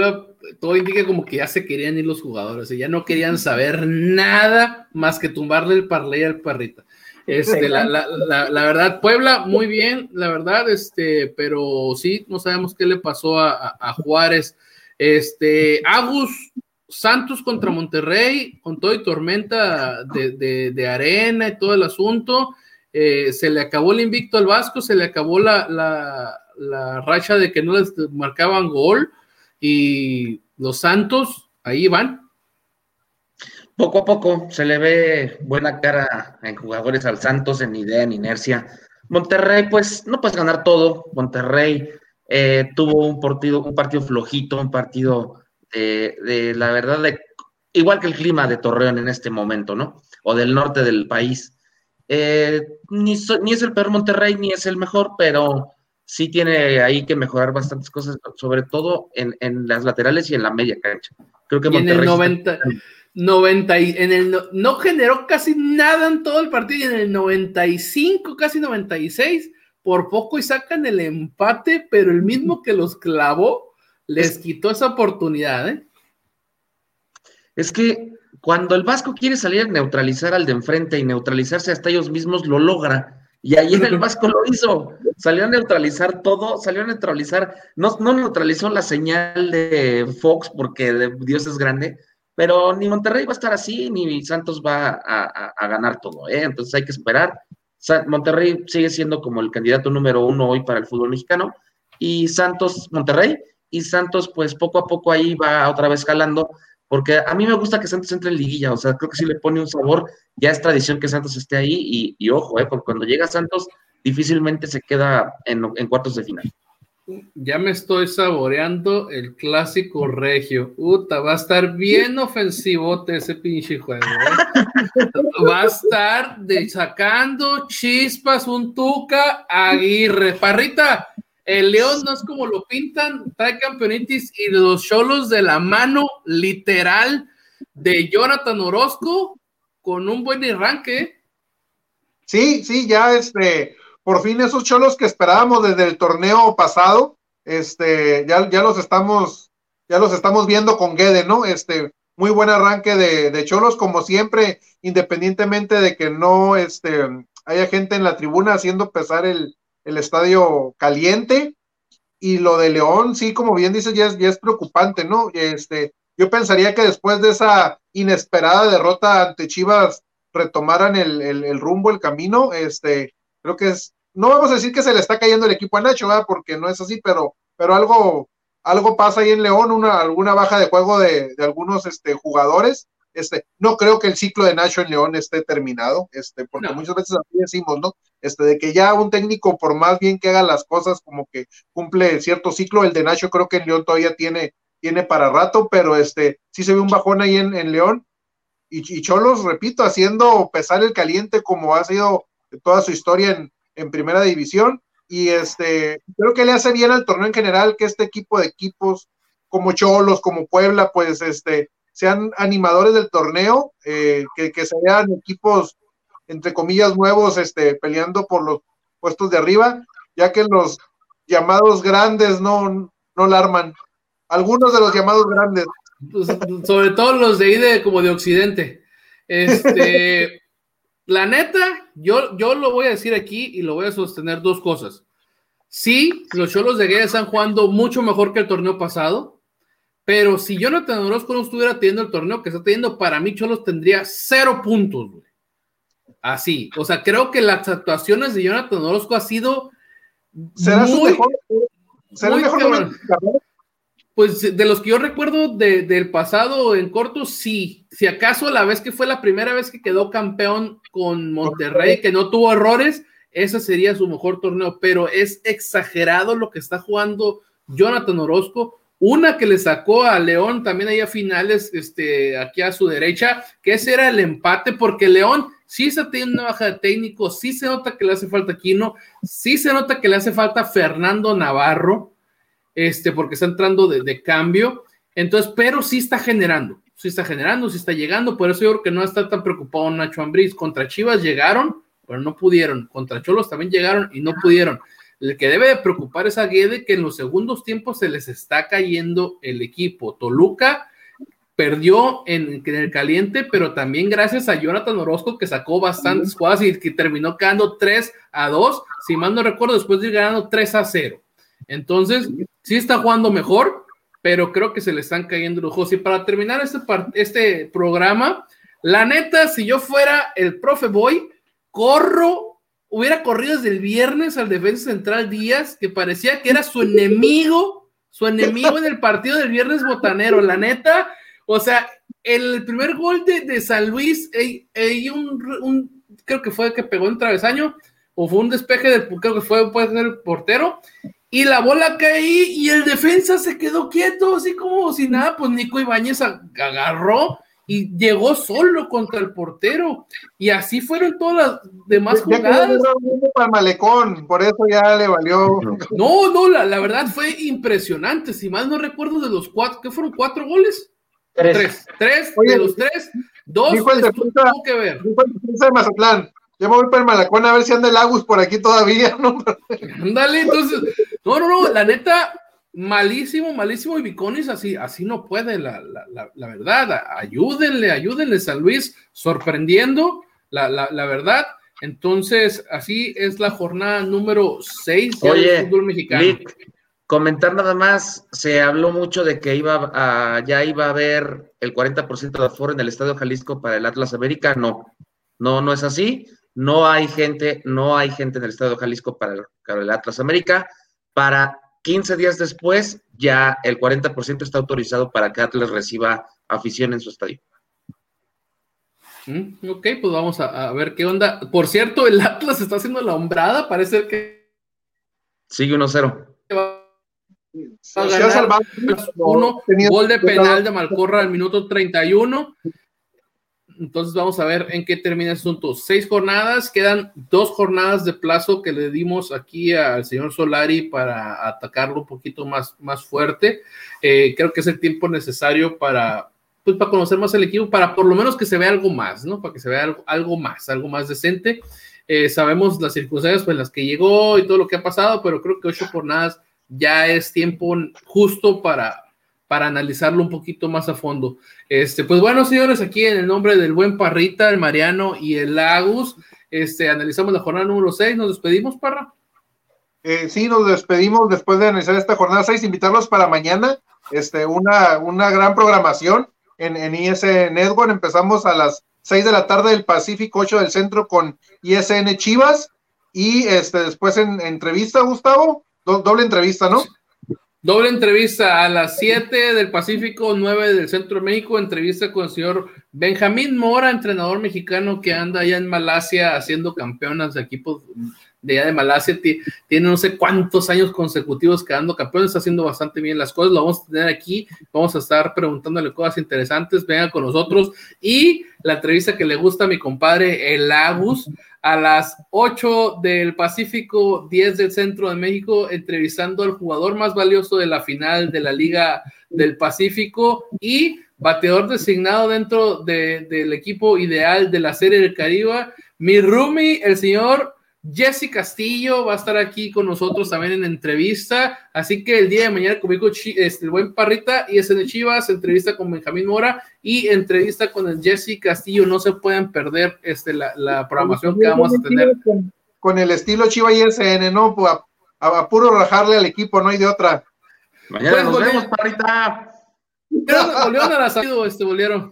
todo indica como que ya se querían ir los jugadores, y ya no querían saber nada más que tumbarle el parlay al Parrita. Este, la, la, la, la verdad, Puebla, muy bien, la verdad, este, pero sí, no sabemos qué le pasó a, a, a Juárez. Este, Agus, Santos contra Monterrey, con todo y tormenta de, de, de arena y todo el asunto, eh, se le acabó el invicto al Vasco, se le acabó la, la, la racha de que no les marcaban gol, y los Santos, ahí van. Poco a poco se le ve buena cara en jugadores al Santos, en idea, en inercia. Monterrey, pues, no puedes ganar todo. Monterrey eh, tuvo un partido, un partido flojito, un partido de, de la verdad, de, igual que el clima de Torreón en este momento, ¿no? O del norte del país. Eh, ni, so, ni es el peor Monterrey, ni es el mejor, pero sí tiene ahí que mejorar bastantes cosas, sobre todo en, en las laterales y en la media cancha. Creo que y Monterrey en el noventa... Está... noventa y, en el, no generó casi nada en todo el partido, y en el noventa y cinco, casi noventa y seis, por poco y sacan el empate, pero el mismo que los clavó les es, quitó esa oportunidad, ¿eh? Es que cuando el Vasco quiere salir a neutralizar al de enfrente y neutralizarse hasta ellos mismos, lo logra, y ayer el Vasco lo hizo, salió a neutralizar todo, salió a neutralizar, no, no neutralizó la señal de Fox porque de Dios es grande, pero ni Monterrey va a estar así, ni Santos va a, a, a ganar todo, ¿eh? Entonces hay que esperar. Monterrey sigue siendo como el candidato número uno hoy para el fútbol mexicano, y Santos, Monterrey, y Santos pues poco a poco ahí va otra vez jalando, porque a mí me gusta que Santos entre en liguilla, o sea, creo que sí le pone un sabor, ya es tradición que Santos esté ahí, y, y ojo, ¿eh? Porque cuando llega Santos, difícilmente se queda en, en cuartos de final. Ya me estoy saboreando el clásico regio. Uta, va a estar bien ofensivote ese pinche juego, ¿eh? Va a estar de, sacando chispas un Tuca Aguirre. Parrita, el León no es como lo pintan, trae campeonitis y los Xolos de la mano literal de Jonathan Orozco con un buen arranque. Sí, sí, ya este... por fin esos Xolos que esperábamos desde el torneo pasado, este, ya, ya los estamos, ya los estamos viendo con Guede, ¿no? Este, muy buen arranque de, de Xolos, como siempre, independientemente de que no este, haya gente en la tribuna haciendo pesar el, el estadio caliente. Y lo de León, sí, como bien dices, ya es, ya es preocupante, ¿no? Este, yo pensaría que después de esa inesperada derrota ante Chivas retomaran el, el, el rumbo, el camino, este, creo que es, no vamos a decir que se le está cayendo el equipo a Nacho, ¿verdad? Porque no es así, pero, pero algo, algo pasa ahí en León, una, alguna baja de juego de, de algunos este, jugadores. Este, no creo que el ciclo de Nacho en León esté terminado, este, porque no. Muchas veces así decimos, ¿no? Este, de que ya un técnico, por más bien que haga las cosas, como que cumple cierto ciclo. El de Nacho creo que en León todavía tiene, tiene para rato, pero este, sí se ve un bajón ahí en, en León. Y, y Xolos, repito, haciendo pesar el caliente como ha sido toda su historia en en primera división, y este, creo que le hace bien al torneo en general que este equipo de equipos como Xolos, como Puebla, pues este, sean animadores del torneo, eh, que, que sean equipos, entre comillas, nuevos, este, peleando por los puestos de arriba, ya que los llamados grandes no, no la arman. Algunos de los llamados grandes. Pues, sobre todo los de ahí de, como de Occidente. Este... La neta, yo, yo lo voy a decir aquí y lo voy a sostener dos cosas. Sí, los Xolos de Guede están jugando mucho mejor que el torneo pasado, pero si Jonathan Orozco no estuviera teniendo el torneo que está teniendo, para mí Xolos tendría cero puntos, güey. Así, o sea, creo que las actuaciones de Jonathan Orozco ha sido ¿Será muy, su mejor? ¿Será muy el mejor momento? Pues de los que yo recuerdo de, del pasado en corto, sí. Si acaso la vez que fue la primera vez que quedó campeón con Monterrey, que no tuvo errores, ese sería su mejor torneo, pero es exagerado lo que está jugando Jonathan Orozco. Una que le sacó a León también ahí a finales, este, aquí a su derecha, que ese era el empate, porque León sí se tiene una baja de técnico, sí se nota que le hace falta Quino, sí se nota que le hace falta Fernando Navarro, este, porque está entrando de, de cambio, entonces, pero sí está generando, sí está generando, sí está llegando, por eso yo creo que no está tan preocupado Nacho Ambriz. Contra Chivas llegaron, pero no pudieron, contra Xolos también llegaron y no pudieron. el que debe de preocupar es a Guede, que en los segundos tiempos se les está cayendo el equipo. Toluca perdió en, en el caliente, pero también gracias a Jonathan Orozco, que sacó bastantes jugadas y que terminó quedando tres a dos, si mal no recuerdo, después de ir ganando tres a cero. Entonces, sí está jugando mejor, pero creo que se le están cayendo los ojos. Y para terminar este, este programa, la neta, si yo fuera el profe Boy, corro, hubiera corrido desde el viernes al defensa central Díaz, que parecía que era su enemigo, su enemigo en el partido del viernes botanero, la neta. O sea, el primer gol de, de San Luis, hay, hay un, un, creo que fue que pegó en travesaño, o fue un despeje del, creo que fue, puede ser el portero, y la bola cae ahí, y el defensa se quedó quieto, así como si nada, pues Nico Ibáñez agarró, y llegó solo contra el portero, y así fueron todas las demás ya jugadas. Para el malecón, por eso ya le valió. No, no, la, la verdad fue impresionante, si mal no recuerdo de los cuatro, ¿qué fueron? ¿Cuatro goles? Tres. Tres, tres Oye, de los tres, dos dijo el tuvo defensa, que ver. Dijo el defensa de Mazatlán, yo me voy para el Malacón a ver si anda el Agus por aquí todavía, ¿no? Ándale, entonces, no, no, no, la neta, malísimo, malísimo, y Viconis así, así no puede, la, la, la, la verdad, ayúdenle, ayúdenle, San Luis, sorprendiendo, la, la, la verdad. Entonces, así es la jornada número seis del fútbol mexicano. Lick, comentar nada más, se habló mucho de que iba a, ya iba a haber el cuarenta por ciento de aforo en el Estadio Jalisco para el Atlas América. No, no, no es así. No hay gente, no hay gente en el Estadio Jalisco para el, para el Atlas América. Para quince días después, ya el cuarenta por ciento está autorizado para que Atlas reciba afición en su estadio. Mm, ok, pues vamos a, a ver qué onda. Por cierto, el Atlas está haciendo la hombrada, parece que sigue uno cero. Va a ganar uno, gol de penal de Malcorra al minuto treinta y uno. Entonces vamos a ver en qué termina el asunto. Seis jornadas, quedan dos jornadas de plazo que le dimos aquí al señor Solari para atacarlo un poquito más, más fuerte. Eh, creo que es el tiempo necesario para, pues, para conocer más el equipo, para por lo menos que se vea algo más, ¿no? Para que se vea algo, algo más, algo más decente. Eh, sabemos las circunstancias pues, en las que llegó y todo lo que ha pasado, pero creo que ocho jornadas ya es tiempo justo para, para analizarlo un poquito más a fondo. Este, pues bueno, señores, aquí en el nombre del buen Parrita, el Mariano y el Agus, este, analizamos la jornada número seis. ¿Nos despedimos, Parra? Eh, sí, nos despedimos después de analizar esta jornada seis, invitarlos para mañana, este, una, una gran programación en, en I S N Network. Empezamos a las seis de la tarde del Pacífico, ocho del Centro con I S N Chivas, y este, después en, en entrevista, Gustavo, do, doble entrevista, ¿no? Doble entrevista a las siete del Pacífico, nueve del Centro de México, entrevista con el señor Benjamín Mora, entrenador mexicano que anda allá en Malasia haciendo campeonas de equipos de allá de Malasia, tiene no sé cuántos años consecutivos quedando campeones, está haciendo bastante bien las cosas, lo vamos a tener aquí, vamos a estar preguntándole cosas interesantes, venga con nosotros, y la entrevista que le gusta a mi compadre el Agus, a las ocho del Pacífico, diez del Centro de México, entrevistando al jugador más valioso de la final de la Liga del Pacífico y bateador designado dentro de, del equipo ideal de la Serie del Caribe, mi roomie, el señor Jesse Castillo, va a estar aquí con nosotros también en entrevista, así que el día de mañana conmigo este, el buen Parrita y S N Chivas, entrevista con Benjamín Mora y entrevista con el Jesse Castillo, no se pueden perder este, la, la programación que vamos a tener. Con, con el estilo Chiva y S N, ¿no? Pues a, a, a puro rajarle al equipo, no hay de otra. Mañana pues, nos volvieron, vemos, Parrita. Volvieron a la salida, este, volvieron.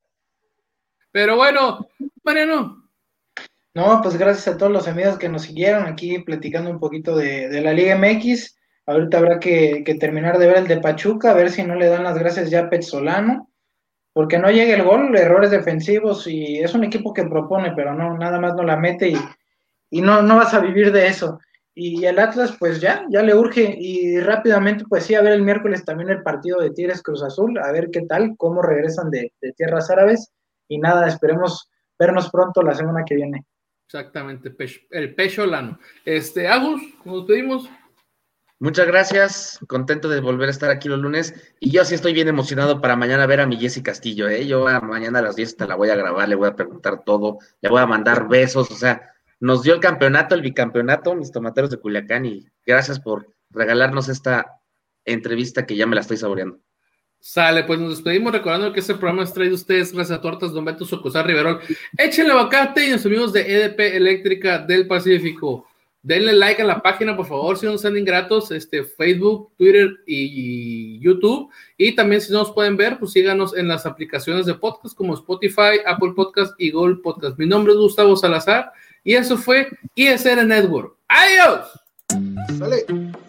Pero bueno, Mariano. No, pues gracias a todos los amigos que nos siguieron aquí platicando un poquito de, de la Liga M X. Ahorita habrá que, que terminar de ver el de Pachuca, a ver si no le dan las gracias ya a Petzolano, porque no llega el gol, errores defensivos, y es un equipo que propone, pero no, nada más no la mete y, y no, no vas a vivir de eso. Y el Atlas, pues ya, ya le urge, y rápidamente, pues sí, a ver el miércoles también el partido de Tigres Cruz Azul, a ver qué tal, cómo regresan de, de tierras árabes, y nada, esperemos vernos pronto la semana que viene. Exactamente, el Pecholano. Este, Agus, nos pedimos. Muchas gracias, contento de volver a estar aquí los lunes, y yo sí estoy bien emocionado para mañana ver a mi Jesse Castillo, ¿eh? Yo a, mañana a las diez te la voy a grabar, le voy a preguntar todo, le voy a mandar besos, o sea, nos dio el campeonato, el bicampeonato, mis tomateros de Culiacán, y gracias por regalarnos esta entrevista que ya me la estoy saboreando. Sale, pues nos despedimos recordando que este programa es traído a ustedes gracias a Tortas Don Beto Socosar Riverol. Échenle aguacate y los amigos de E D P Eléctrica del Pacífico. Denle like a la página, por favor, si no sean ingratos, este, Facebook, Twitter y YouTube. Y también si no nos pueden ver, pues síganos en las aplicaciones de podcast como Spotify, Apple Podcast y Google Podcast. Mi nombre es Gustavo Salazar y eso fue I S R Network. ¡Adiós! Sale.